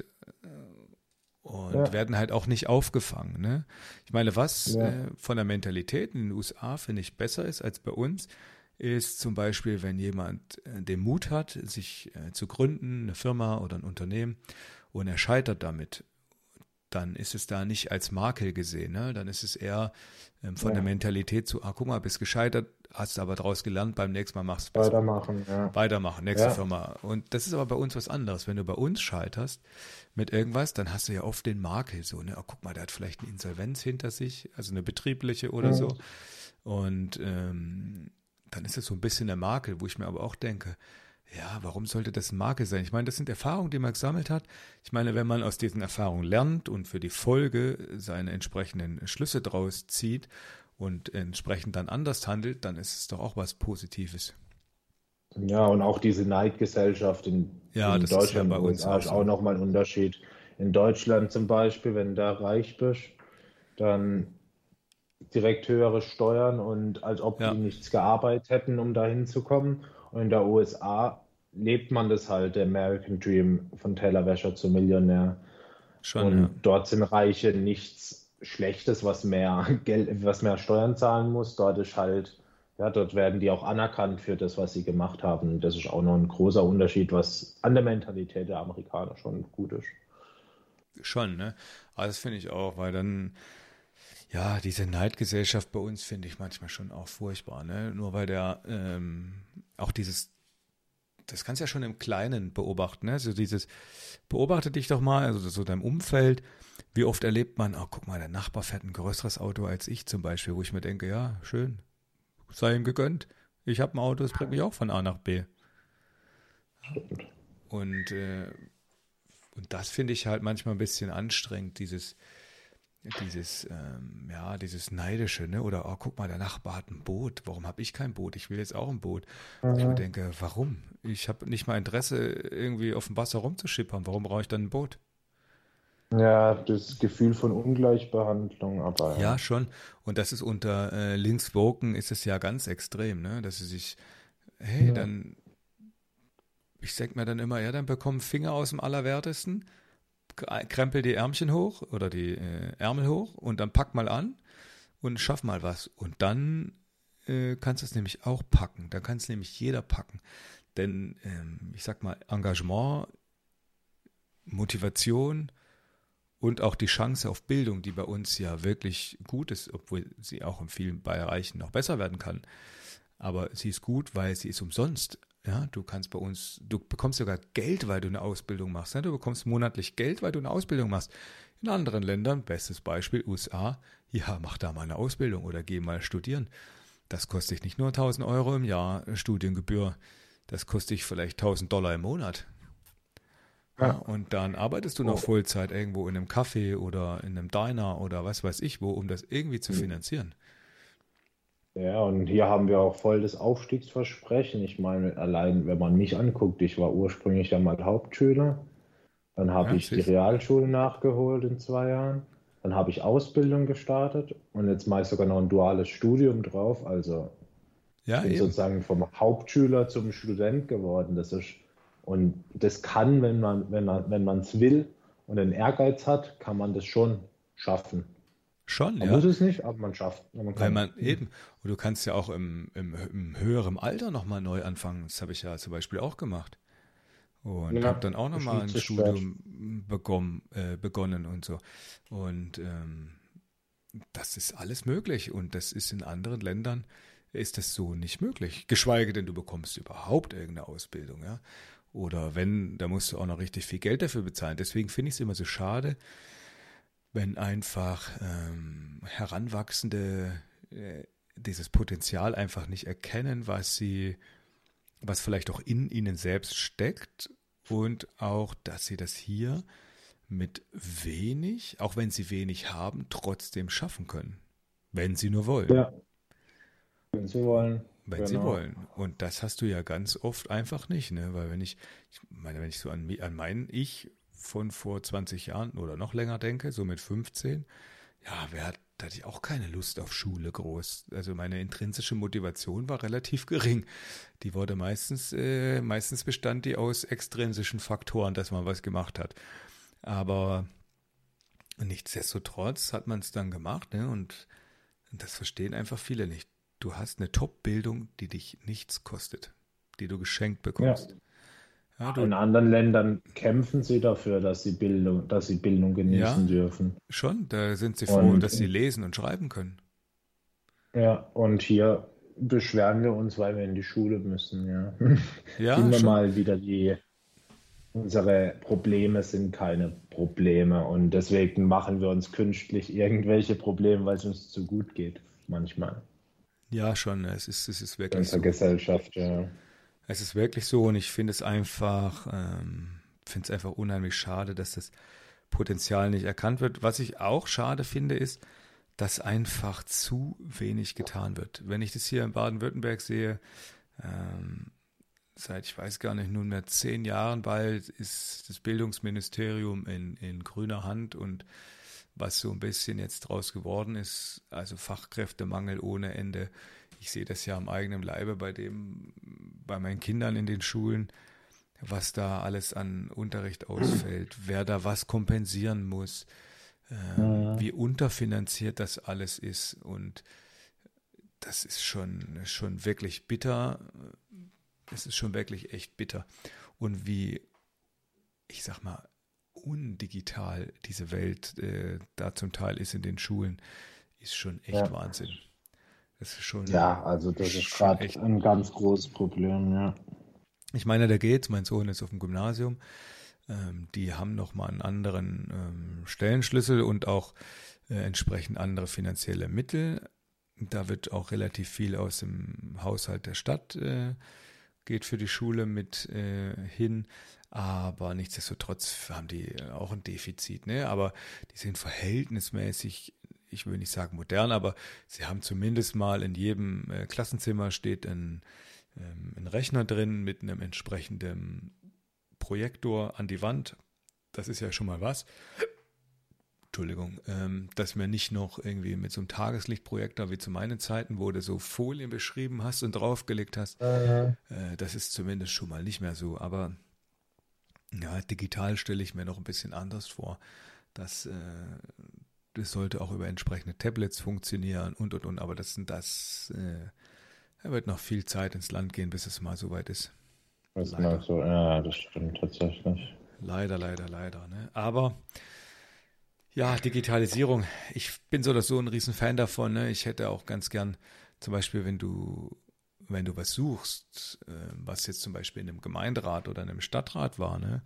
und werden halt auch nicht aufgefangen. Ne? Ich meine, was von der Mentalität in den USA, finde ich, besser ist als bei uns, ist zum Beispiel, wenn jemand den Mut hat, sich zu gründen, eine Firma oder ein Unternehmen, und er scheitert damit, dann ist es da nicht als Makel gesehen. Ne? Dann ist es eher von der Mentalität zu, guck mal, bist gescheitert, hast aber daraus gelernt, beim nächsten Mal machst du weitermachen. Weitermachen, nächste Firma. Und das ist aber bei uns was anderes. Wenn du bei uns scheiterst mit irgendwas, dann hast du ja oft den Makel so, ne? Oh, guck mal, der hat vielleicht eine Insolvenz hinter sich, also eine betriebliche oder so. Und dann ist es so ein bisschen der Makel, wo ich mir aber auch denke, ja, warum sollte das ein Makel sein? Ich meine, das sind Erfahrungen, die man gesammelt hat. Ich meine, wenn man aus diesen Erfahrungen lernt und für die Folge seine entsprechenden Schlüsse draus zieht und entsprechend dann anders handelt, dann ist es doch auch was Positives. Ja, und auch diese Neidgesellschaft in das Deutschland ist ja bei und uns USA ist auch nochmal ein Unterschied. In Deutschland zum Beispiel, wenn du da reich bist, dann direkt höhere Steuern und als ob die nichts gearbeitet hätten, um da hinzukommen. Und in der USA lebt man das halt, der American Dream, von Tellerwäscher zu Millionär. Und dort sind Reiche nichts Schlechtes, was mehr Geld, was mehr Steuern zahlen muss. Dort ist halt, dort werden die auch anerkannt für das, was sie gemacht haben. Das ist auch noch ein großer Unterschied, was an der Mentalität der Amerikaner schon gut ist. Schon, ne? Aber das finde ich auch, weil dann, ja, diese Neidgesellschaft bei uns finde ich manchmal schon auch furchtbar, ne? Nur weil der auch das kannst du ja schon im Kleinen beobachten, ne? So beobachte dich doch mal, also so deinem Umfeld, wie oft erlebt man, guck mal, der Nachbar fährt ein größeres Auto als ich zum Beispiel, wo ich mir denke, ja, schön, sei ihm gegönnt. Ich habe ein Auto, das bringt mich auch von A nach B. Und das finde ich halt manchmal ein bisschen anstrengend, dieses Neidische, ne? Oder, guck mal, der Nachbar hat ein Boot. Warum habe ich kein Boot? Ich will jetzt auch ein Boot. Ich mir denke, warum? Ich habe nicht mal Interesse, irgendwie auf dem Wasser rumzuschippern. Warum brauche ich dann ein Boot? Ja, das Gefühl von Ungleichbehandlung, aber Ja, schon. Und das ist unter Linkswoken ist es ja ganz extrem, ne? Dass sie sich, dann, ich denke mir dann immer, dann bekommen Finger aus dem Allerwertesten, krempel die Ärmchen hoch oder die Ärmel hoch und dann pack mal an und schaff mal was. Und dann kannst du es nämlich auch packen. Dann kann es nämlich jeder packen. Denn ich sag mal, Engagement, Motivation und auch die Chance auf Bildung, die bei uns ja wirklich gut ist, obwohl sie auch in vielen Bereichen noch besser werden kann. Aber sie ist gut, weil sie ist umsonst. Ja, du bekommst sogar Geld, weil du eine Ausbildung machst. Ne? Du bekommst monatlich Geld, weil du eine Ausbildung machst. In anderen Ländern, bestes Beispiel USA, mach da mal eine Ausbildung oder geh mal studieren. Das kostet dich nicht nur 1.000 Euro im Jahr Studiengebühr, das kostet dich vielleicht $1.000 im Monat. Ja, und dann arbeitest du noch Vollzeit irgendwo in einem Café oder in einem Diner oder was weiß ich wo, um das irgendwie zu finanzieren. Ja, und hier haben wir auch voll das Aufstiegsversprechen. Ich meine, allein wenn man mich anguckt, ich war ursprünglich ja mal Hauptschüler, dann habe ich die Realschule nachgeholt in 2 Jahren, dann habe ich Ausbildung gestartet und jetzt mache ich sogar noch ein duales Studium drauf. Also ich bin sozusagen vom Hauptschüler zum Student geworden. Und das kann, wenn man es will und den Ehrgeiz hat, kann man das schon schaffen. Schon, man muss es nicht, aber man schafft. Weil man und du kannst ja auch im höheren Alter nochmal neu anfangen. Das habe ich ja zum Beispiel auch gemacht. Und habe dann auch nochmal ein Studium begonnen und so. Und das ist alles möglich. Und das ist in anderen Ländern, ist das so nicht möglich. Geschweige denn, du bekommst überhaupt irgendeine Ausbildung, ja. Oder wenn, da musst du auch noch richtig viel Geld dafür bezahlen. Deswegen finde ich es immer so schade, wenn einfach Heranwachsende dieses Potenzial einfach nicht erkennen, was vielleicht auch in ihnen selbst steckt und auch, dass sie das hier mit wenig, auch wenn sie wenig haben, trotzdem schaffen können. Wenn sie nur wollen. Ja, wenn sie wollen. Wenn sie wollen. Und das hast du ja ganz oft einfach nicht, ne? Weil wenn ich so an mein Ich von vor 20 Jahren oder noch länger denke, so mit 15, ja, wer hat da hatte ich auch keine Lust auf Schule groß. Also meine intrinsische Motivation war relativ gering. Die wurde meistens bestand die aus extrinsischen Faktoren, dass man was gemacht hat. Aber nichtsdestotrotz hat man es dann gemacht, ne? Und das verstehen einfach viele nicht. Du hast eine Top-Bildung, die dich nichts kostet, die du geschenkt Ja. bekommst. Ja, In anderen Ländern kämpfen sie dafür, dass sie Bildung genießen dürfen. schon, da sind sie froh, dass sie lesen und schreiben können. Ja, und hier beschweren wir uns, weil wir in die Schule müssen, ja. Ja, Immer schon. mal wieder unsere Probleme sind keine Probleme und deswegen machen wir uns künstlich irgendwelche Probleme, weil es uns zu gut geht, manchmal Ja, schon. Es ist in wirklich unserer so. Gesellschaft, ja. Es ist wirklich so und ich finde es einfach unheimlich schade, dass das Potenzial nicht erkannt wird. Was ich auch schade finde, ist, dass einfach zu wenig getan wird. Wenn ich das hier in Baden-Württemberg sehe, seit, ich weiß gar nicht, nunmehr 10 Jahren bald ist das Bildungsministerium in grüner Hand und was so ein bisschen jetzt draus geworden ist, also Fachkräftemangel ohne Ende. Ich sehe das ja am eigenen Leibe bei meinen Kindern in den Schulen, was da alles an Unterricht ausfällt, wer da was kompensieren muss, wie unterfinanziert das alles ist und das ist schon wirklich bitter. Es ist schon wirklich echt bitter. Und wie, ich sag mal, undigital diese Welt da zum Teil ist in den Schulen, ist schon echt Ja. Wahnsinn. Das ist schon, Ja, also das ist schon gerade echt. ein ganz großes Problem, ja. Ich meine, mein Sohn ist auf dem Gymnasium, die haben nochmal einen anderen Stellenschlüssel und auch entsprechend andere finanzielle Mittel. Da wird auch relativ viel aus dem Haushalt der Stadt geht für die Schule mit hin, aber nichtsdestotrotz haben die auch ein Defizit, ne? Aber die sind verhältnismäßig, ich will nicht sagen modern, aber sie haben zumindest mal in jedem Klassenzimmer steht ein Rechner drin mit einem entsprechenden Projektor an die Wand. Das ist ja schon mal was. Entschuldigung, dass wir nicht noch irgendwie mit so einem Tageslichtprojektor wie zu meinen Zeiten, wo du so Folien beschrieben hast und draufgelegt hast, das ist zumindest schon mal nicht mehr so. Aber ja, digital stelle ich mir noch ein bisschen anders vor. Das sollte auch über entsprechende Tablets funktionieren und. Aber da wird noch viel Zeit ins Land gehen, bis es mal soweit ist. Das ist Leider. mal so, ja, das stimmt tatsächlich. Leider. Ne? Aber ja, Digitalisierung. Ich bin so oder so ein Riesenfan davon. Ne? Ich hätte auch ganz gern, zum Beispiel, wenn du was suchst, was jetzt zum Beispiel in einem Gemeinderat oder in einem Stadtrat war, ne?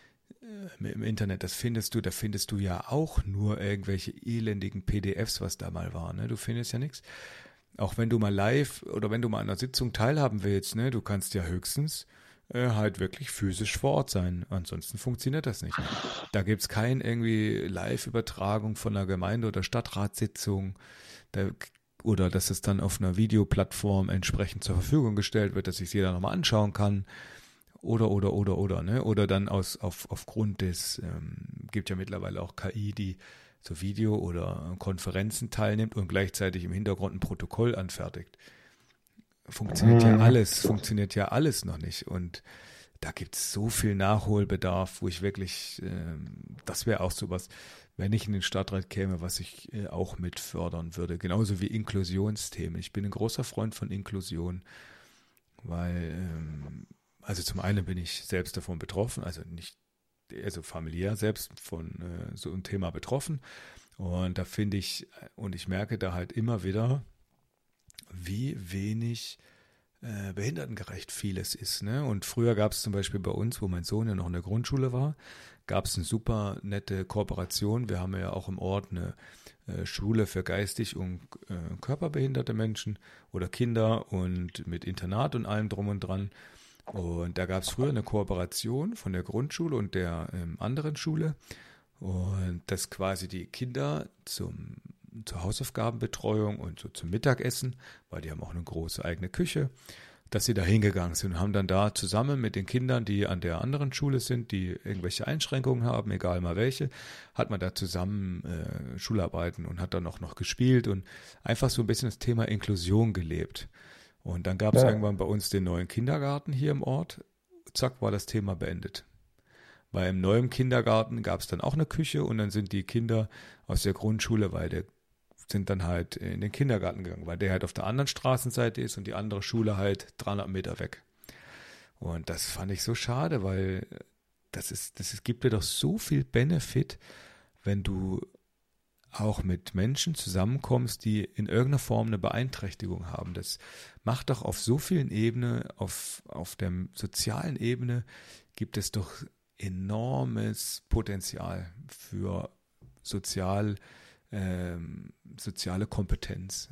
Im Internet, da findest du ja auch nur irgendwelche elendigen PDFs, was da mal war. Ne? Du findest ja nichts. Auch wenn du mal live oder wenn du mal an einer Sitzung teilhaben willst, ne? Du kannst ja höchstens halt wirklich physisch vor Ort sein. Ansonsten funktioniert das nicht. Da gibt es keine irgendwie Live-Übertragung von einer Gemeinde- oder Stadtratssitzung oder dass es dann auf einer Videoplattform entsprechend zur Verfügung gestellt wird, dass sich jeder nochmal anschauen kann. Oder, ne? Oder dann aufgrund des, gibt ja mittlerweile auch KI, die so Video- oder Konferenzen teilnimmt und gleichzeitig im Hintergrund ein Protokoll anfertigt. Funktioniert ja alles noch nicht. Und da gibt es so viel Nachholbedarf, wo ich wirklich, das wäre auch sowas, wenn ich in den Stadtrat käme, was ich auch mit fördern würde. Genauso wie Inklusionsthemen. Ich bin ein großer Freund von Inklusion, weil, also zum einen bin ich selbst davon betroffen, also familiär selbst von so einem Thema betroffen. Und da finde ich, und ich merke da halt immer wieder, wie wenig behindertengerecht vieles ist. Ne? Und früher gab es zum Beispiel bei uns, wo mein Sohn ja noch in der Grundschule war, gab es eine super nette Kooperation. Wir haben ja auch im Ort eine Schule für geistig und körperbehinderte Menschen oder Kinder und mit Internat und allem drum und dran. Und da gab es früher eine Kooperation von der Grundschule und der anderen Schule. Und dass quasi die Kinder zur Hausaufgabenbetreuung und so zum Mittagessen, weil die haben auch eine große eigene Küche, dass sie da hingegangen sind und haben dann da zusammen mit den Kindern, die an der anderen Schule sind, die irgendwelche Einschränkungen haben, egal mal welche, hat man da zusammen Schularbeiten und hat dann auch noch gespielt und einfach so ein bisschen das Thema Inklusion gelebt. Und dann gab es irgendwann bei uns den neuen Kindergarten hier im Ort. Zack, war das Thema beendet. Weil im neuen Kindergarten gab es dann auch eine Küche und dann sind die Kinder aus der Grundschule, sind dann halt in den Kindergarten gegangen, weil der halt auf der anderen Straßenseite ist und die andere Schule halt 300 Meter weg. Und das fand ich so schade, weil das gibt dir doch so viel Benefit, wenn du auch mit Menschen zusammenkommst, die in irgendeiner Form eine Beeinträchtigung haben. Das macht doch auf so vielen Ebenen, auf der sozialen Ebene gibt es doch enormes Potenzial für soziale Kompetenz.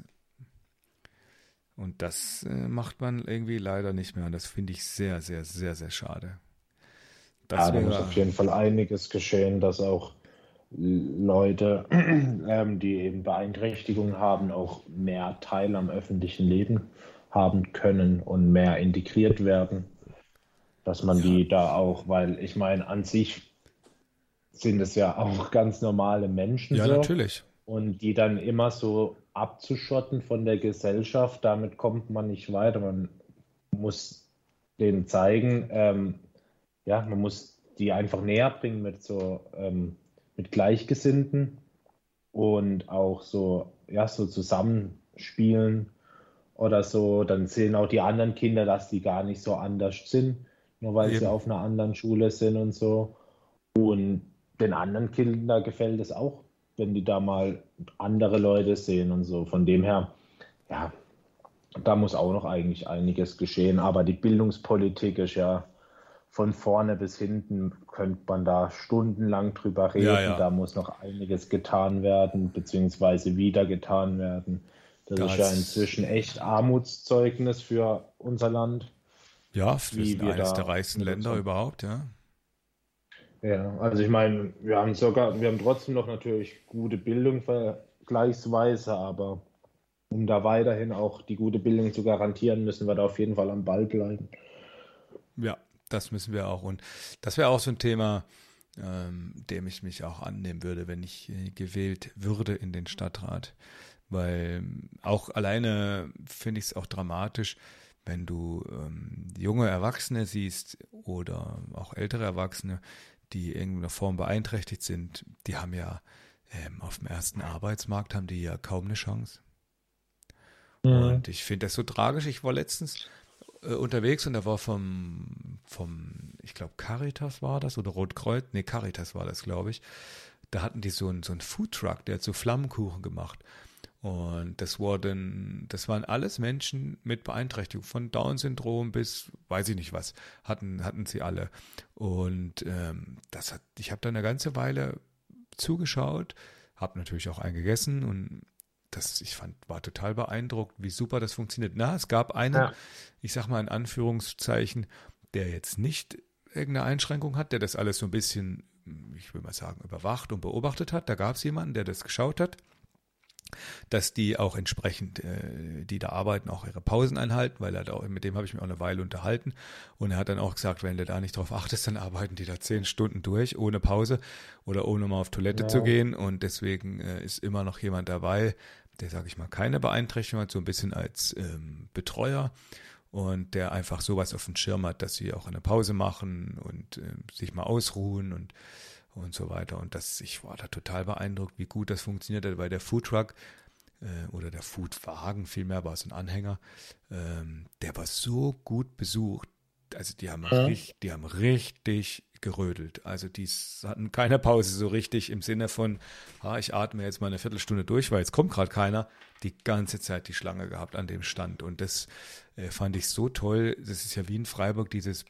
Und das macht man irgendwie leider nicht mehr. Und das finde ich sehr, sehr, sehr, sehr schade. Da muss auf jeden Fall einiges geschehen, dass auch Leute, die eben Beeinträchtigungen haben, auch mehr Teil am öffentlichen Leben haben können und mehr integriert werden. Dass man die da auch, weil ich meine, an sich sind es ja auch ganz normale Menschen. Ja, so. natürlich. Und die dann immer so abzuschotten von der Gesellschaft, damit kommt man nicht weiter. Man muss denen zeigen, man muss die einfach näher bringen mit Gleichgesinnten und auch so zusammenspielen oder so. Dann sehen auch die anderen Kinder, dass die gar nicht so anders sind, nur weil sie auf einer anderen Schule sind und so. Und den anderen Kindern gefällt es auch, wenn die da mal andere Leute sehen und so. Von dem her, ja, da muss auch noch eigentlich einiges geschehen. Aber die Bildungspolitik ist ja von vorne bis hinten, könnte man da stundenlang drüber reden. Ja. Da muss noch einiges getan werden, beziehungsweise wieder getan werden. Das ist ja inzwischen echt Armutszeugnis für unser Land. Ja, wir sind eines der reichsten Länder überhaupt, ja. Ja, also ich meine, wir haben trotzdem noch natürlich gute Bildung vergleichsweise, aber um da weiterhin auch die gute Bildung zu garantieren, müssen wir da auf jeden Fall am Ball bleiben. Ja, das müssen wir auch. Und das wäre auch so ein Thema, dem ich mich auch annehmen würde, wenn ich gewählt würde in den Stadtrat. Weil auch alleine finde ich es auch dramatisch, wenn du junge Erwachsene siehst oder auch ältere Erwachsene, die in irgendeiner Form beeinträchtigt sind, die haben ja auf dem ersten Arbeitsmarkt haben die ja kaum eine Chance. Und ich finde das so tragisch. Ich war letztens unterwegs und da war ich glaube Caritas war das oder Rotkreuz, nee Caritas war das, glaube ich. Da hatten die so einen Foodtruck, der hat so Flammkuchen gemacht. Und das waren alles Menschen mit Beeinträchtigung, von Down-Syndrom bis weiß ich nicht was, hatten sie alle. Und ich habe da eine ganze Weile zugeschaut, habe natürlich auch einen gegessen und war total beeindruckt, wie super das funktioniert. Es gab einen, ich sag mal in Anführungszeichen, der jetzt nicht irgendeine Einschränkung hat, der das alles so ein bisschen, ich will mal sagen, überwacht und beobachtet hat. Da gab es jemanden, der das geschaut hat, dass die auch entsprechend, die da arbeiten, auch ihre Pausen einhalten, weil mit dem habe ich mich auch eine Weile unterhalten und er hat dann auch gesagt, wenn du da nicht drauf achtest, dann arbeiten die da 10 Stunden durch, ohne Pause oder ohne mal auf Toilette zu gehen und deswegen ist immer noch jemand dabei, der, sage ich mal, keine Beeinträchtigung hat, so ein bisschen als Betreuer und der einfach sowas auf dem Schirm hat, dass sie auch eine Pause machen und sich mal ausruhen und so weiter. Und ich war da total beeindruckt, wie gut das funktioniert hat, weil der Foodtruck oder der Foodwagen, vielmehr war es ein Anhänger, der war so gut besucht. Also die haben richtig gerödelt. Also die hatten keine Pause so richtig im Sinne von, ich atme jetzt mal eine Viertelstunde durch, weil jetzt kommt gerade keiner. Die ganze Zeit die Schlange gehabt an dem Stand. Und das fand ich so toll. Das ist ja wie in Freiburg dieses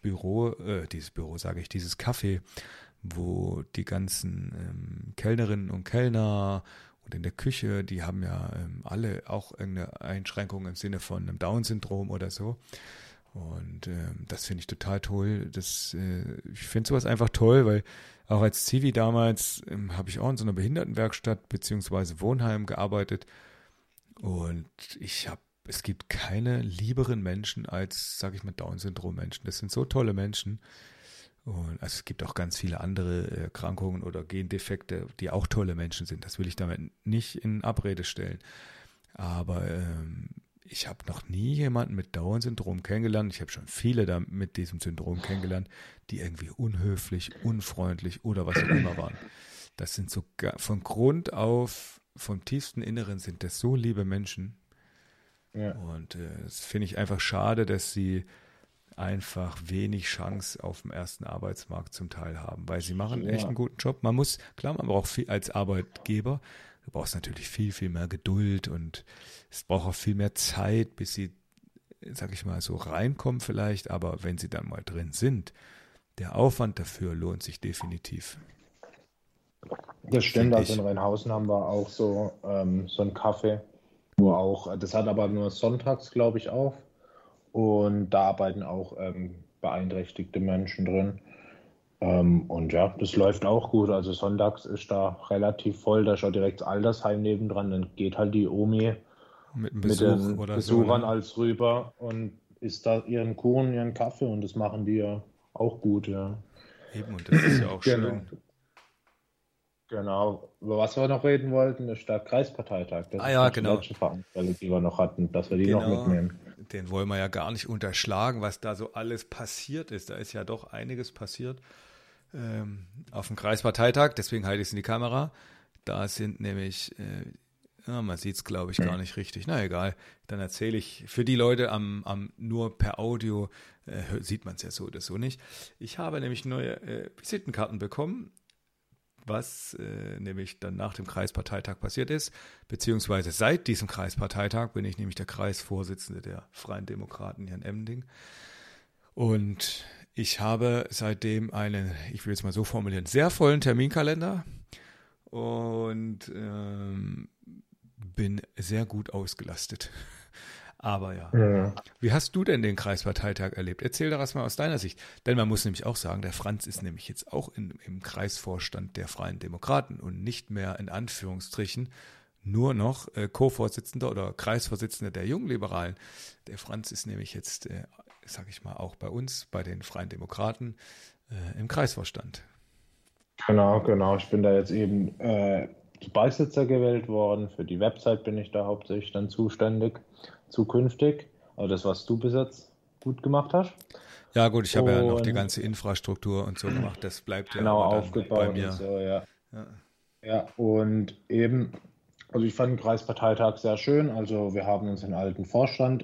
Café, wo die ganzen Kellnerinnen und Kellner und in der Küche, die haben ja alle auch irgendeine Einschränkung im Sinne von einem Down-Syndrom oder so. Und das finde ich total toll. Ich finde sowas einfach toll, weil auch als Zivi damals habe ich auch in so einer Behindertenwerkstatt beziehungsweise Wohnheim gearbeitet und ich habe es gibt keine lieberen Menschen als, sage ich mal, Down-Syndrom-Menschen. Das sind so tolle Menschen. Und also es gibt auch ganz viele andere Erkrankungen oder Gendefekte, die auch tolle Menschen sind. Das will ich damit nicht in Abrede stellen. Aber ich habe noch nie jemanden mit Down-Syndrom kennengelernt. Ich habe schon viele da mit diesem Syndrom kennengelernt, die irgendwie unhöflich, unfreundlich oder was auch immer waren. Das sind sogar von Grund auf, vom tiefsten Inneren sind das so liebe Menschen. Ja. Und das finde ich einfach schade, dass sie einfach wenig Chance auf dem ersten Arbeitsmarkt zum Teil haben, weil sie machen echt einen guten Job. Man braucht viel als Arbeitgeber, du brauchst natürlich viel, viel mehr Geduld und es braucht auch viel mehr Zeit, bis sie, sag ich mal, so reinkommen vielleicht, aber wenn sie dann mal drin sind, der Aufwand dafür lohnt sich definitiv. Das stimmt, also in Rheinhausen haben wir auch so ein Café, wo auch, das hat aber nur sonntags, glaube ich, auf. Und da arbeiten auch beeinträchtigte Menschen drin. Und ja, das läuft auch gut. Also sonntags ist da relativ voll, da ist auch direkt das Altersheim nebendran. Dann geht halt die Omi mit den Besuchern so, ne? Als rüber und isst da ihren Kuchen, ihren Kaffee und das machen die ja auch gut, ja. Eben, und das ist ja auch schön. Genau. Über was wir noch reden wollten, ist der Kreisparteitag. Das ist genau. Die letzte Veranstaltung, die wir noch hatten, dass wir die noch mitnehmen. Den wollen wir ja gar nicht unterschlagen, was da so alles passiert ist. Da ist ja doch einiges passiert auf dem Kreisparteitag. Deswegen halte ich es in die Kamera. Da sind nämlich, man sieht es, glaube ich, gar nicht richtig. Na egal, dann erzähle ich. Für die Leute nur per Audio sieht man es ja so oder so nicht. Ich habe nämlich neue Visitenkarten bekommen, was nämlich dann nach dem Kreisparteitag passiert ist, beziehungsweise seit diesem Kreisparteitag bin ich nämlich der Kreisvorsitzende der Freien Demokraten hier in Emmending. Und ich habe seitdem einen, ich will jetzt mal so formulieren, sehr vollen Terminkalender und bin sehr gut ausgelastet. Aber ja. Wie hast du denn den Kreisparteitag erlebt? Erzähl doch mal aus deiner Sicht. Denn man muss nämlich auch sagen, der Franz ist nämlich jetzt auch im Kreisvorstand der Freien Demokraten und nicht mehr in Anführungsstrichen nur noch Co-Vorsitzender oder Kreisvorsitzender der Jungliberalen. Der Franz ist nämlich jetzt, sage ich mal, auch bei uns, bei den Freien Demokraten im Kreisvorstand. Genau. Ich bin da jetzt eben Beisitzer gewählt worden. Für die Website bin ich da hauptsächlich dann zuständig, zukünftig. Also das, was du bis jetzt gut gemacht hast. Ja gut, ich habe ja noch die ganze Infrastruktur und so gemacht. Das bleibt ja genau aufgebaut bei mir. Und so, ja, und eben, also ich fand den Kreisparteitag sehr schön. Also wir haben uns den alten Vorstand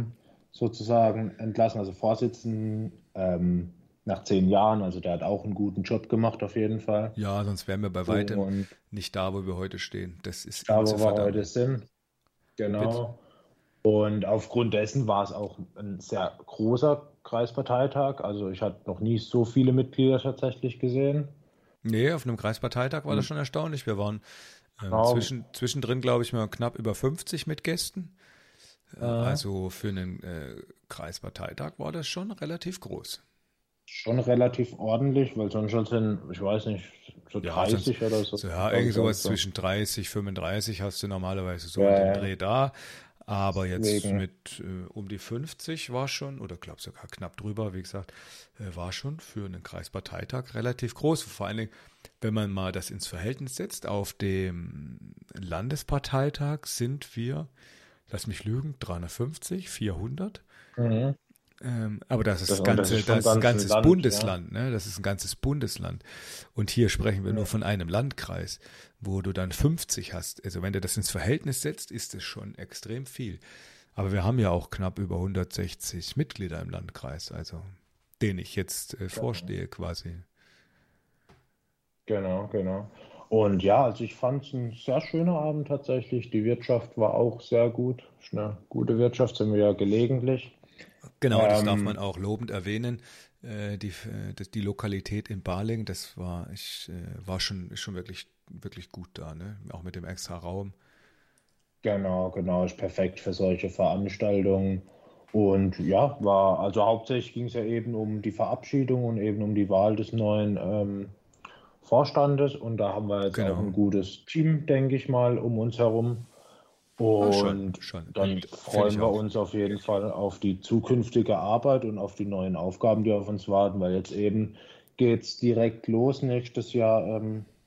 sozusagen entlassen, also Vorsitzenden nach 10 Jahren, also der hat auch einen guten Job gemacht auf jeden Fall. Ja, sonst wären wir bei weitem nicht da, wo wir heute stehen. Das ist da, wo wir heute sind. Genau. Bitte. Und aufgrund dessen war es auch ein sehr großer Kreisparteitag. Also ich hatte noch nie so viele Mitglieder tatsächlich gesehen. Nee, auf einem Kreisparteitag war das schon erstaunlich. Wir waren zwischendrin, glaube ich, mal knapp über 50 mit Gästen. Also für einen Kreisparteitag war das schon relativ groß. Schon relativ ordentlich, weil sonst schon sind, ich weiß nicht, so 30 oder so. Ja, irgendwie sowas zwischen 30, 35 hast du normalerweise so den Dreh da. Aber jetzt mit um die 50 war schon, oder glaube sogar knapp drüber, wie gesagt, war schon für einen Kreisparteitag relativ groß. Vor allen Dingen, wenn man mal das ins Verhältnis setzt, auf dem Landesparteitag sind wir, lass mich lügen, 350, 400. Mhm. Aber das ist ein ganzes Bundesland, ne? Das ist ein ganzes Bundesland. Und hier sprechen wir nur von einem Landkreis, wo du dann 50 hast. Also wenn du das ins Verhältnis setzt, ist es schon extrem viel. Aber wir haben ja auch knapp über 160 Mitglieder im Landkreis, also den ich jetzt vorstehe quasi. Genau. Und ja, also ich fand es ein sehr schöner Abend tatsächlich. Die Wirtschaft war auch sehr gut. Eine gute Wirtschaft sind wir ja gelegentlich. Genau, das darf man auch lobend erwähnen. Die Lokalität in Balingen, das war schon wirklich, wirklich gut da, ne? Auch mit dem extra Raum. Genau, ist perfekt für solche Veranstaltungen. Und ja, also hauptsächlich ging es ja eben um die Verabschiedung und eben um die Wahl des neuen Vorstandes. Und da haben wir jetzt auch ein gutes Team, denke ich mal, um uns herum. Und dann freuen wir auch. uns auf jeden Fall auf die zukünftige Arbeit und auf die neuen Aufgaben, die auf uns warten, weil jetzt eben geht es direkt los nächstes Jahr,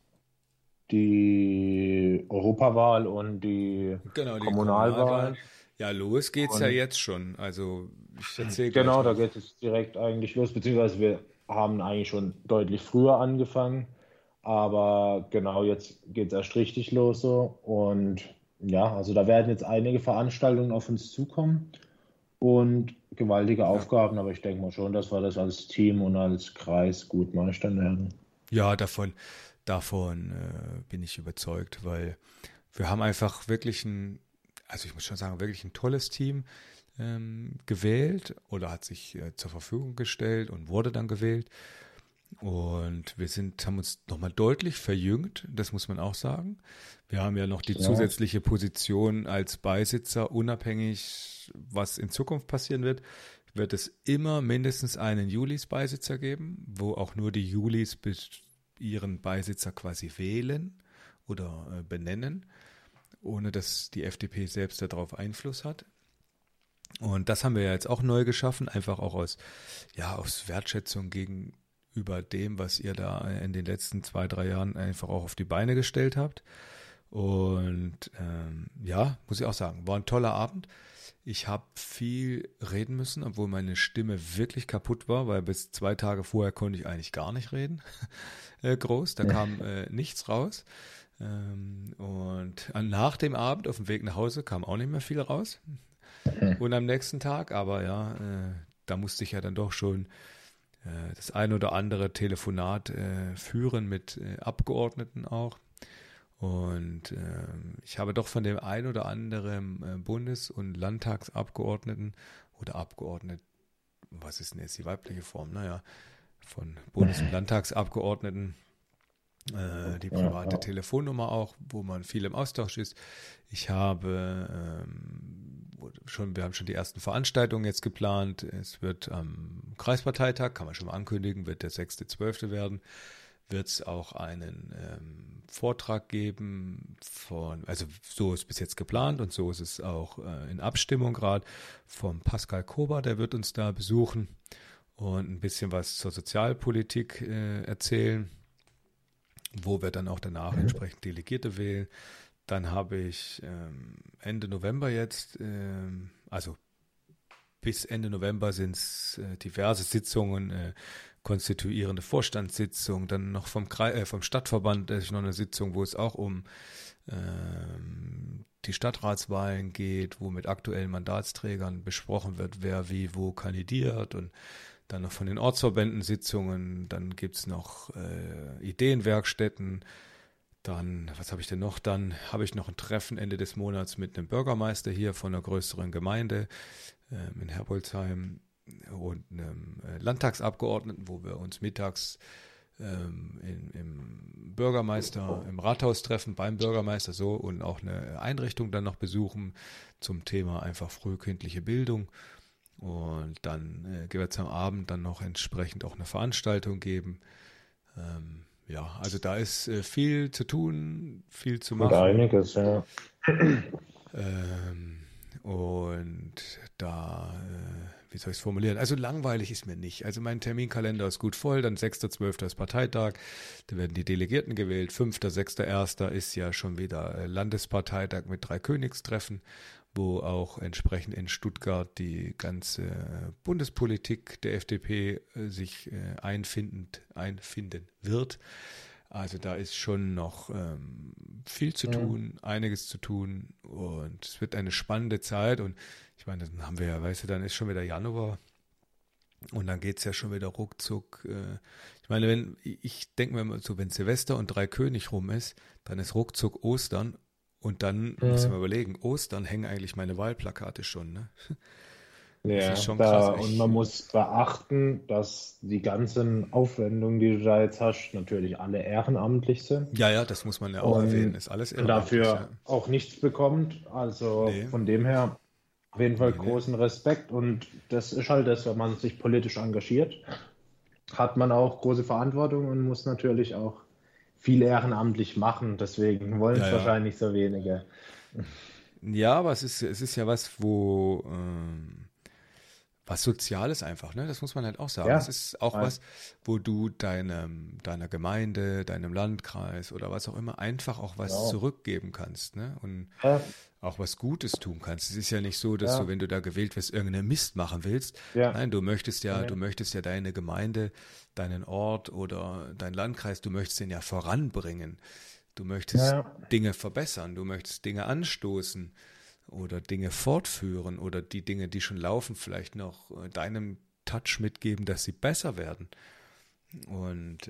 die Europawahl und die Kommunalwahl. Ja, los geht's ja jetzt schon. Also ich erzähle Genau, da geht es direkt eigentlich los, beziehungsweise wir haben eigentlich schon deutlich früher angefangen, aber genau jetzt geht es erst richtig los so. Und ja, also da werden jetzt einige Veranstaltungen auf uns zukommen und gewaltige Aufgaben, aber ich denke mal schon, dass wir das als Team und als Kreis gut meistern werden. Ja, davon bin ich überzeugt, weil wir haben einfach wirklich also ich muss schon sagen, wirklich ein tolles Team gewählt oder hat sich zur Verfügung gestellt und wurde dann gewählt. Und wir haben uns nochmal deutlich verjüngt, das muss man auch sagen. Wir haben ja noch die zusätzliche Position als Beisitzer, unabhängig, was in Zukunft passieren wird es immer mindestens einen Julis-Beisitzer geben, wo auch nur die Julis ihren Beisitzer quasi wählen oder benennen, ohne dass die FDP selbst darauf Einfluss hat. Und das haben wir ja jetzt auch neu geschaffen, einfach auch aus Wertschätzung gegenüber dem, was ihr da in den letzten 2-3 Jahren einfach auch auf die Beine gestellt habt. Und muss ich auch sagen, war ein toller Abend. Ich habe viel reden müssen, obwohl meine Stimme wirklich kaputt war, weil bis 2 Tage vorher konnte ich eigentlich gar nicht reden. Groß, da kam nichts raus. Und nach dem Abend auf dem Weg nach Hause kam auch nicht mehr viel raus. Und am nächsten Tag, aber da musste ich ja dann doch schon das ein oder andere Telefonat führen mit Abgeordneten auch. Und ich habe doch von dem ein oder anderen Bundes- und Landtagsabgeordneten oder Abgeordneten, was ist denn jetzt die weibliche Form? Von Bundes- und Landtagsabgeordneten die private Telefonnummer auch, wo man viel im Austausch ist. Wir haben schon die ersten Veranstaltungen jetzt geplant. Es wird am Kreisparteitag, kann man schon mal ankündigen, wird der 6.12. werden. Wird es auch einen Vortrag geben also so ist bis jetzt geplant und so ist es auch in Abstimmung gerade vom Pascal Kober, der wird uns da besuchen und ein bisschen was zur Sozialpolitik erzählen, wo wir dann auch danach entsprechend Delegierte wählen. Dann habe ich Ende November jetzt, also bis Ende November sind es diverse Sitzungen, konstituierende Vorstandssitzung, dann noch vom Stadtverband ist noch eine Sitzung, wo es auch um die Stadtratswahlen geht, wo mit aktuellen Mandatsträgern besprochen wird, wer wie wo kandidiert, und dann noch von den Ortsverbänden Sitzungen, dann gibt es noch Ideenwerkstätten, dann, was habe ich denn noch? Dann habe ich noch ein Treffen Ende des Monats mit einem Bürgermeister hier von einer größeren Gemeinde in Herbolzheim und einem Landtagsabgeordneten, wo wir uns mittags im Rathaus treffen, beim Bürgermeister so, und auch eine Einrichtung dann noch besuchen zum Thema einfach frühkindliche Bildung. Und dann wird es am Abend dann noch entsprechend auch eine Veranstaltung geben. Also da ist viel zu tun, viel zu machen. Und einiges, ja. Und da, wie soll ich es formulieren? Also langweilig ist mir nicht. Also mein Terminkalender ist gut voll, dann 6.12. ist Parteitag, da werden die Delegierten gewählt, 5., 6., 1. ist ja schon wieder Landesparteitag mit 3 Königstreffen, wo auch entsprechend in Stuttgart die ganze Bundespolitik der FDP sich einfinden wird. Also da ist schon noch viel zu tun, einiges zu tun, und es wird eine spannende Zeit. Und ich meine, dann haben wir ja, dann ist schon wieder Januar und dann geht es ja schon wieder ruckzuck. Ich meine, ich denke mir immer so, wenn Silvester und 3 König rum ist, dann ist ruckzuck Ostern. Und dann muss ich mir überlegen, Ostern hängen eigentlich meine Wahlplakate schon, ne? Ja, das ist schon krass. Und man muss beachten, dass die ganzen Aufwendungen, die du da jetzt hast, natürlich alle ehrenamtlich sind. Ja, das muss man ja auch erwähnen, ist alles ehrenamtlich. Und dafür auch nichts bekommt. Also von dem her auf jeden Fall großen Respekt. Und das ist halt das, wenn man sich politisch engagiert, hat man auch große Verantwortung und muss natürlich auch viel ehrenamtlich machen, deswegen wollen es wahrscheinlich so wenige. Ja, aber es ist ja was, was Soziales einfach, ne? Das muss man halt auch sagen. Ja, Es ist auch was, wo du deiner Gemeinde, deinem Landkreis oder was auch immer einfach auch was genau. zurückgeben kannst, ne? Und Ja, auch was Gutes tun kannst. Es ist ja nicht so, dass du, ja, wenn du da gewählt wirst, irgendeinen Mist machen willst. ja. Nein, Nee. du möchtest ja deine Gemeinde, deinen Ort oder deinen Landkreis, du möchtest den ja voranbringen. Du möchtest Ja, Dinge verbessern, du möchtest Dinge anstoßen oder Dinge fortführen oder die Dinge, die schon laufen, vielleicht noch deinem Touch mitgeben, dass sie besser werden. Und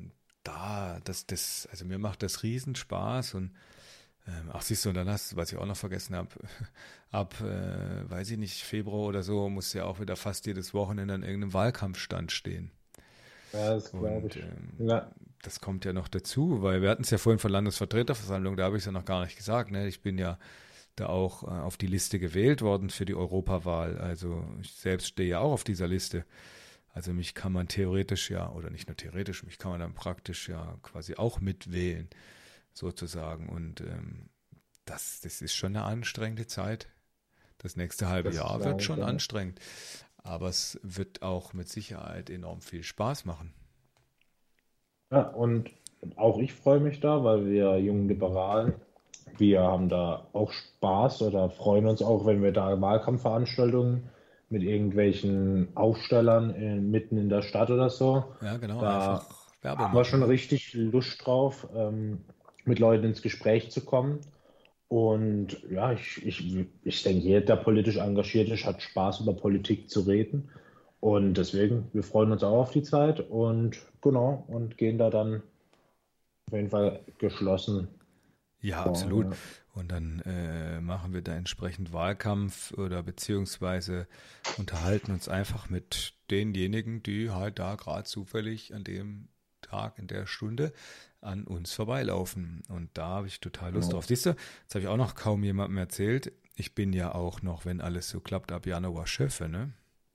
also mir macht das Riesenspaß und ach siehst du, und dann was ich auch noch vergessen habe, weiß ich nicht, Februar oder so, muss ja auch wieder fast jedes Wochenende an irgendeinem Wahlkampfstand stehen. ja, das glaube Und ich. Ja, das kommt ja noch dazu, weil wir hatten es ja vorhin von Landesvertreterversammlung, da habe ich es ja noch gar nicht gesagt, ne? Ich bin ja da auch auf die Liste gewählt worden für die Europawahl. Also ich selbst stehe ja auch auf dieser Liste. Also mich kann man theoretisch ja, oder nicht nur theoretisch, mich kann man dann praktisch ja quasi auch mitwählen, sozusagen. Und das ist schon eine anstrengende Zeit. Das nächste halbe das Jahr wird glaube ich. schon Ja. anstrengend. Aber es wird auch mit Sicherheit enorm viel Spaß machen. Ja, und auch ich freue mich da, weil wir jungen Liberalen, wir haben da auch Spaß oder freuen uns auch, wenn wir da Wahlkampfveranstaltungen mit irgendwelchen Aufstellern mitten in der Stadt oder so. Ja, genau, Da einfach Werbung haben wir machen, schon ne? richtig Lust drauf, mit Leuten ins Gespräch zu kommen. Und ja, ich denke, jeder, der politisch engagiert ist, hat Spaß, über Politik zu reden. Und deswegen, wir freuen uns auch auf die Zeit und genau, und gehen da dann auf jeden Fall geschlossen Ja, vor. absolut. Ja. Und dann machen wir da entsprechend Wahlkampf oder beziehungsweise unterhalten uns einfach mit denjenigen, die halt da gerade zufällig an dem Tag, in der Stunde an uns vorbeilaufen. Und da habe ich total Lust Genau. drauf. Siehst du, das habe ich auch noch kaum jemandem erzählt. Ich bin ja auch noch, wenn alles so klappt, ab Januar Schöffe, ne?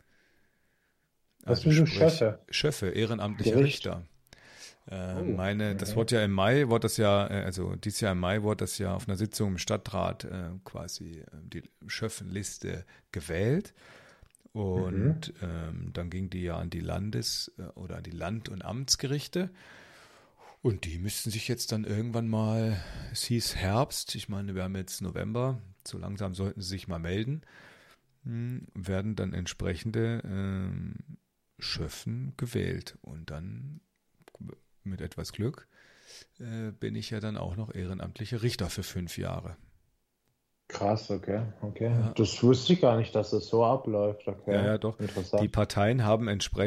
Was Also bist du, sprich Chefe? Schöffe, ehrenamtlicher Gericht? Richter. Oh, Das okay. wurde ja im Mai, wurde das ja, also dieses Jahr im Mai wurde das ja auf einer Sitzung im Stadtrat quasi die Schöffenliste gewählt. Mhm. Und dann ging die ja an die oder an die Land- und Amtsgerichte. Und die müssten sich jetzt dann irgendwann mal, es hieß Herbst, ich meine, wir haben jetzt November, so langsam sollten sie sich mal melden, werden dann entsprechende Schöffen gewählt. Und dann mit etwas Glück bin ich ja dann auch noch ehrenamtlicher Richter für 5 Jahre. Krass, okay, okay. Ja, Das wusste ich gar nicht, dass das so abläuft. ja, Okay, ja, doch. Die interessant. Parteien haben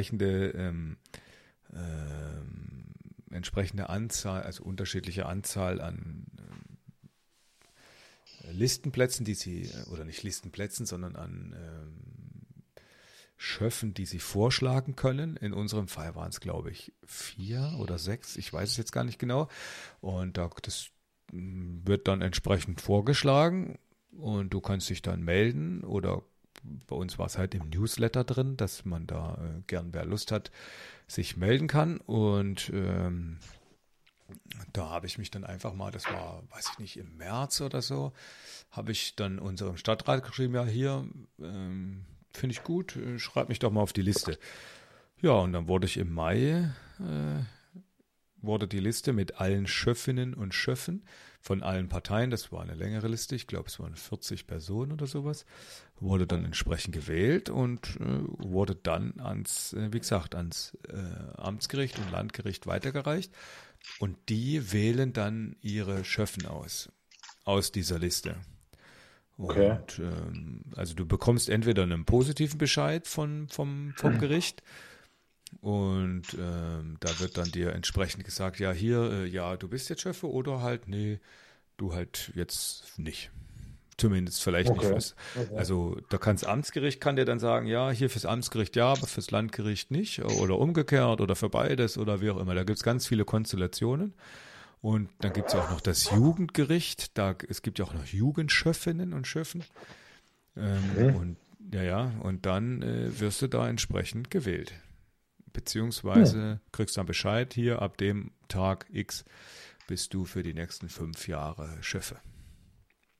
entsprechende Anzahl, also unterschiedliche Anzahl an Listenplätzen, oder nicht Listenplätzen, sondern an Schöffen, die sie vorschlagen können. In unserem Fall waren es, glaube ich, 4 oder 6. Ich weiß es jetzt gar nicht genau. Und das wird dann entsprechend vorgeschlagen und du kannst dich dann melden oder bei uns war es halt im Newsletter drin, dass man da gern, wer Lust hat, sich melden kann. Und da habe ich mich dann einfach mal, das war, weiß ich nicht, im März oder so, habe ich dann unserem Stadtrat geschrieben, ja hier, finde ich gut, schreib mich doch mal auf die Liste. Ja, und dann wurde ich im Mai, wurde die Liste mit allen Schöffinnen und Schöffen von allen Parteien, das war eine längere Liste, ich glaube es waren 40 Personen oder sowas, wurde dann entsprechend gewählt und wurde dann wie gesagt, ans Amtsgericht und Landgericht weitergereicht. Und die wählen dann ihre Schöffen aus dieser Liste. Okay. Und also du bekommst entweder einen positiven Bescheid vom Gericht und da wird dann dir entsprechend gesagt, ja hier, ja du bist jetzt Schöffe oder halt, nee, du halt jetzt nicht. Zumindest vielleicht nicht Okay. fürs, Okay. also Amtsgericht kann dir dann sagen, ja, hier fürs Amtsgericht ja, aber fürs Landgericht nicht oder umgekehrt oder für beides oder wie auch immer. Da gibt es ganz viele Konstellationen. Und dann gibt es ja auch noch das Jugendgericht. Es gibt ja auch noch Jugendschöffinnen und Schöffen. Mhm. Und und dann wirst du da entsprechend gewählt. Hm. Beziehungsweise kriegst dann Bescheid, hier ab dem Tag X bist du für die nächsten 5 Jahre Schöffe.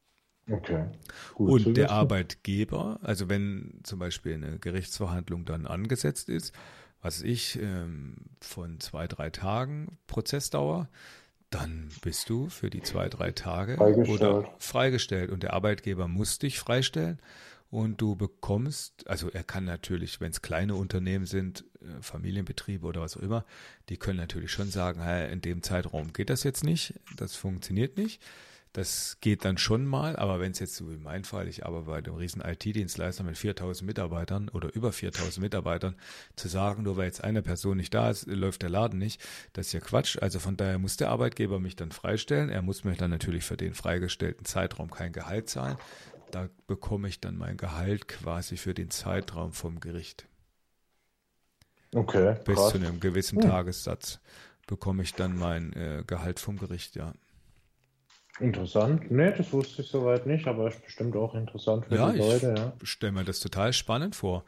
Okay. Gut und der Arbeitgeber, also wenn zum Beispiel eine Gerichtsverhandlung dann angesetzt ist, was ich, von 2-3 Tagen Prozessdauer, dann bist du für die 2-3 Tage freigestellt und der Arbeitgeber muss dich freistellen und du bekommst, also er kann natürlich, wenn es kleine Unternehmen sind, Familienbetriebe oder was auch immer, die können natürlich schon sagen, in dem Zeitraum geht das jetzt nicht, das funktioniert nicht. Das geht dann schon mal, aber wenn es jetzt so wie mein Fall, ich arbeite bei einem riesen IT-Dienstleister mit 4.000 Mitarbeitern oder über 4.000 Mitarbeitern, zu sagen, nur weil jetzt eine Person nicht da ist, läuft der Laden nicht, das ist ja Quatsch. Also von daher muss der Arbeitgeber mich dann freistellen. Er muss mir dann natürlich für den freigestellten Zeitraum kein Gehalt zahlen. Da bekomme ich dann mein Gehalt quasi für den Zeitraum vom Gericht. Okay, bis zu einem gewissen Tagessatz bekomme ich dann mein Gehalt vom Gericht, ja. Interessant. Nee, das wusste ich soweit nicht, aber ist bestimmt auch interessant für die Leute. Ja, ich stelle mir das total spannend vor,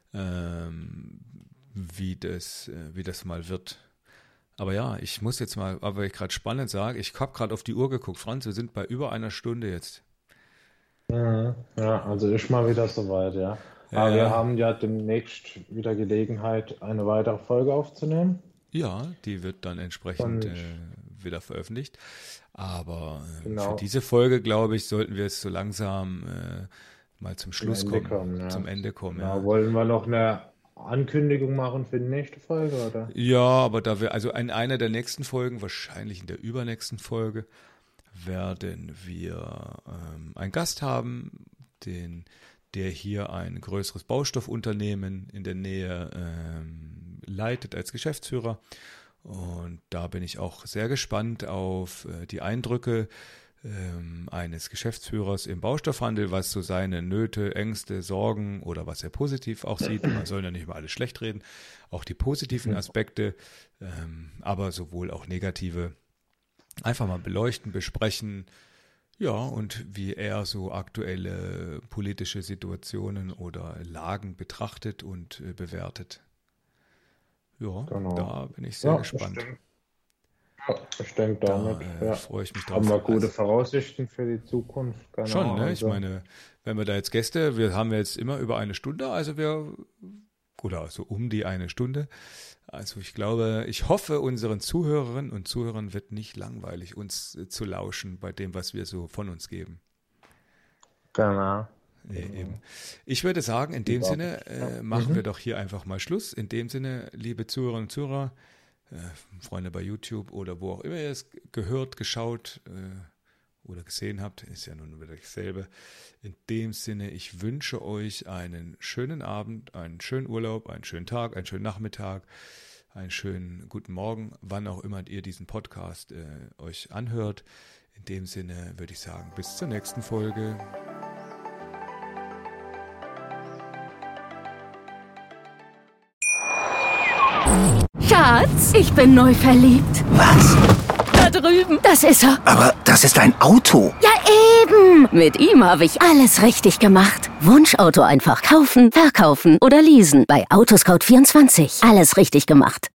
wie das mal wird. Aber ja, ich muss jetzt mal, weil ich gerade spannend sage, ich habe gerade auf die Uhr geguckt. Franz, wir sind bei über einer Stunde jetzt. Ja, also ist mal wieder soweit, ja. Aber wir haben ja demnächst wieder Gelegenheit, eine weitere Folge aufzunehmen. Ja, die wird dann entsprechend wieder veröffentlicht. Aber für diese Folge, glaube ich, sollten wir es so langsam mal zum Schluss kommen. Zum Ende kommen. Ja. Wollen wir noch eine Ankündigung machen für die nächste Folge, oder? Ja, aber da wir, also in einer der nächsten Folgen, wahrscheinlich in der übernächsten Folge, werden wir einen Gast haben, der hier ein größeres Baustoffunternehmen in der Nähe leitet als Geschäftsführer. Und da bin ich auch sehr gespannt auf die Eindrücke eines Geschäftsführers im Baustoffhandel, was so seine Nöte, Ängste, Sorgen oder was er positiv auch sieht. Man soll ja nicht immer alles schlecht reden, auch die positiven Aspekte, aber sowohl auch negative, einfach mal beleuchten, besprechen. Ja, und wie er so aktuelle politische Situationen oder Lagen betrachtet und bewertet. Ja, da bin ich sehr gespannt. Ich denke, damit freue ich mich drauf. Haben wir gute Voraussichten für die Zukunft. Schon, ne? Ich meine, wenn wir da jetzt Gäste, wir haben jetzt immer über eine Stunde, oder so um die eine Stunde. Also ich glaube, ich hoffe, unseren Zuhörerinnen und Zuhörern wird nicht langweilig, uns zu lauschen bei dem, was wir so von uns geben. Genau. Eben. Ich würde sagen, in dem Sinne machen wir doch hier einfach mal Schluss. In dem Sinne, liebe Zuhörerinnen und Zuhörer, Freunde bei YouTube oder wo auch immer ihr es gehört, geschaut oder gesehen habt, ist ja nun wieder dasselbe. In dem Sinne, ich wünsche euch einen schönen Abend, einen schönen Urlaub, einen schönen Tag, einen schönen Nachmittag, einen schönen guten Morgen, wann auch immer ihr diesen Podcast euch anhört. In dem Sinne würde ich sagen, bis zur nächsten Folge. Schatz, ich bin neu verliebt. Was? Da drüben. Das ist er. Aber das ist ein Auto. Ja, eben. Mit ihm habe ich alles richtig gemacht. Wunschauto einfach kaufen, verkaufen oder leasen. Bei Autoscout24. Alles richtig gemacht.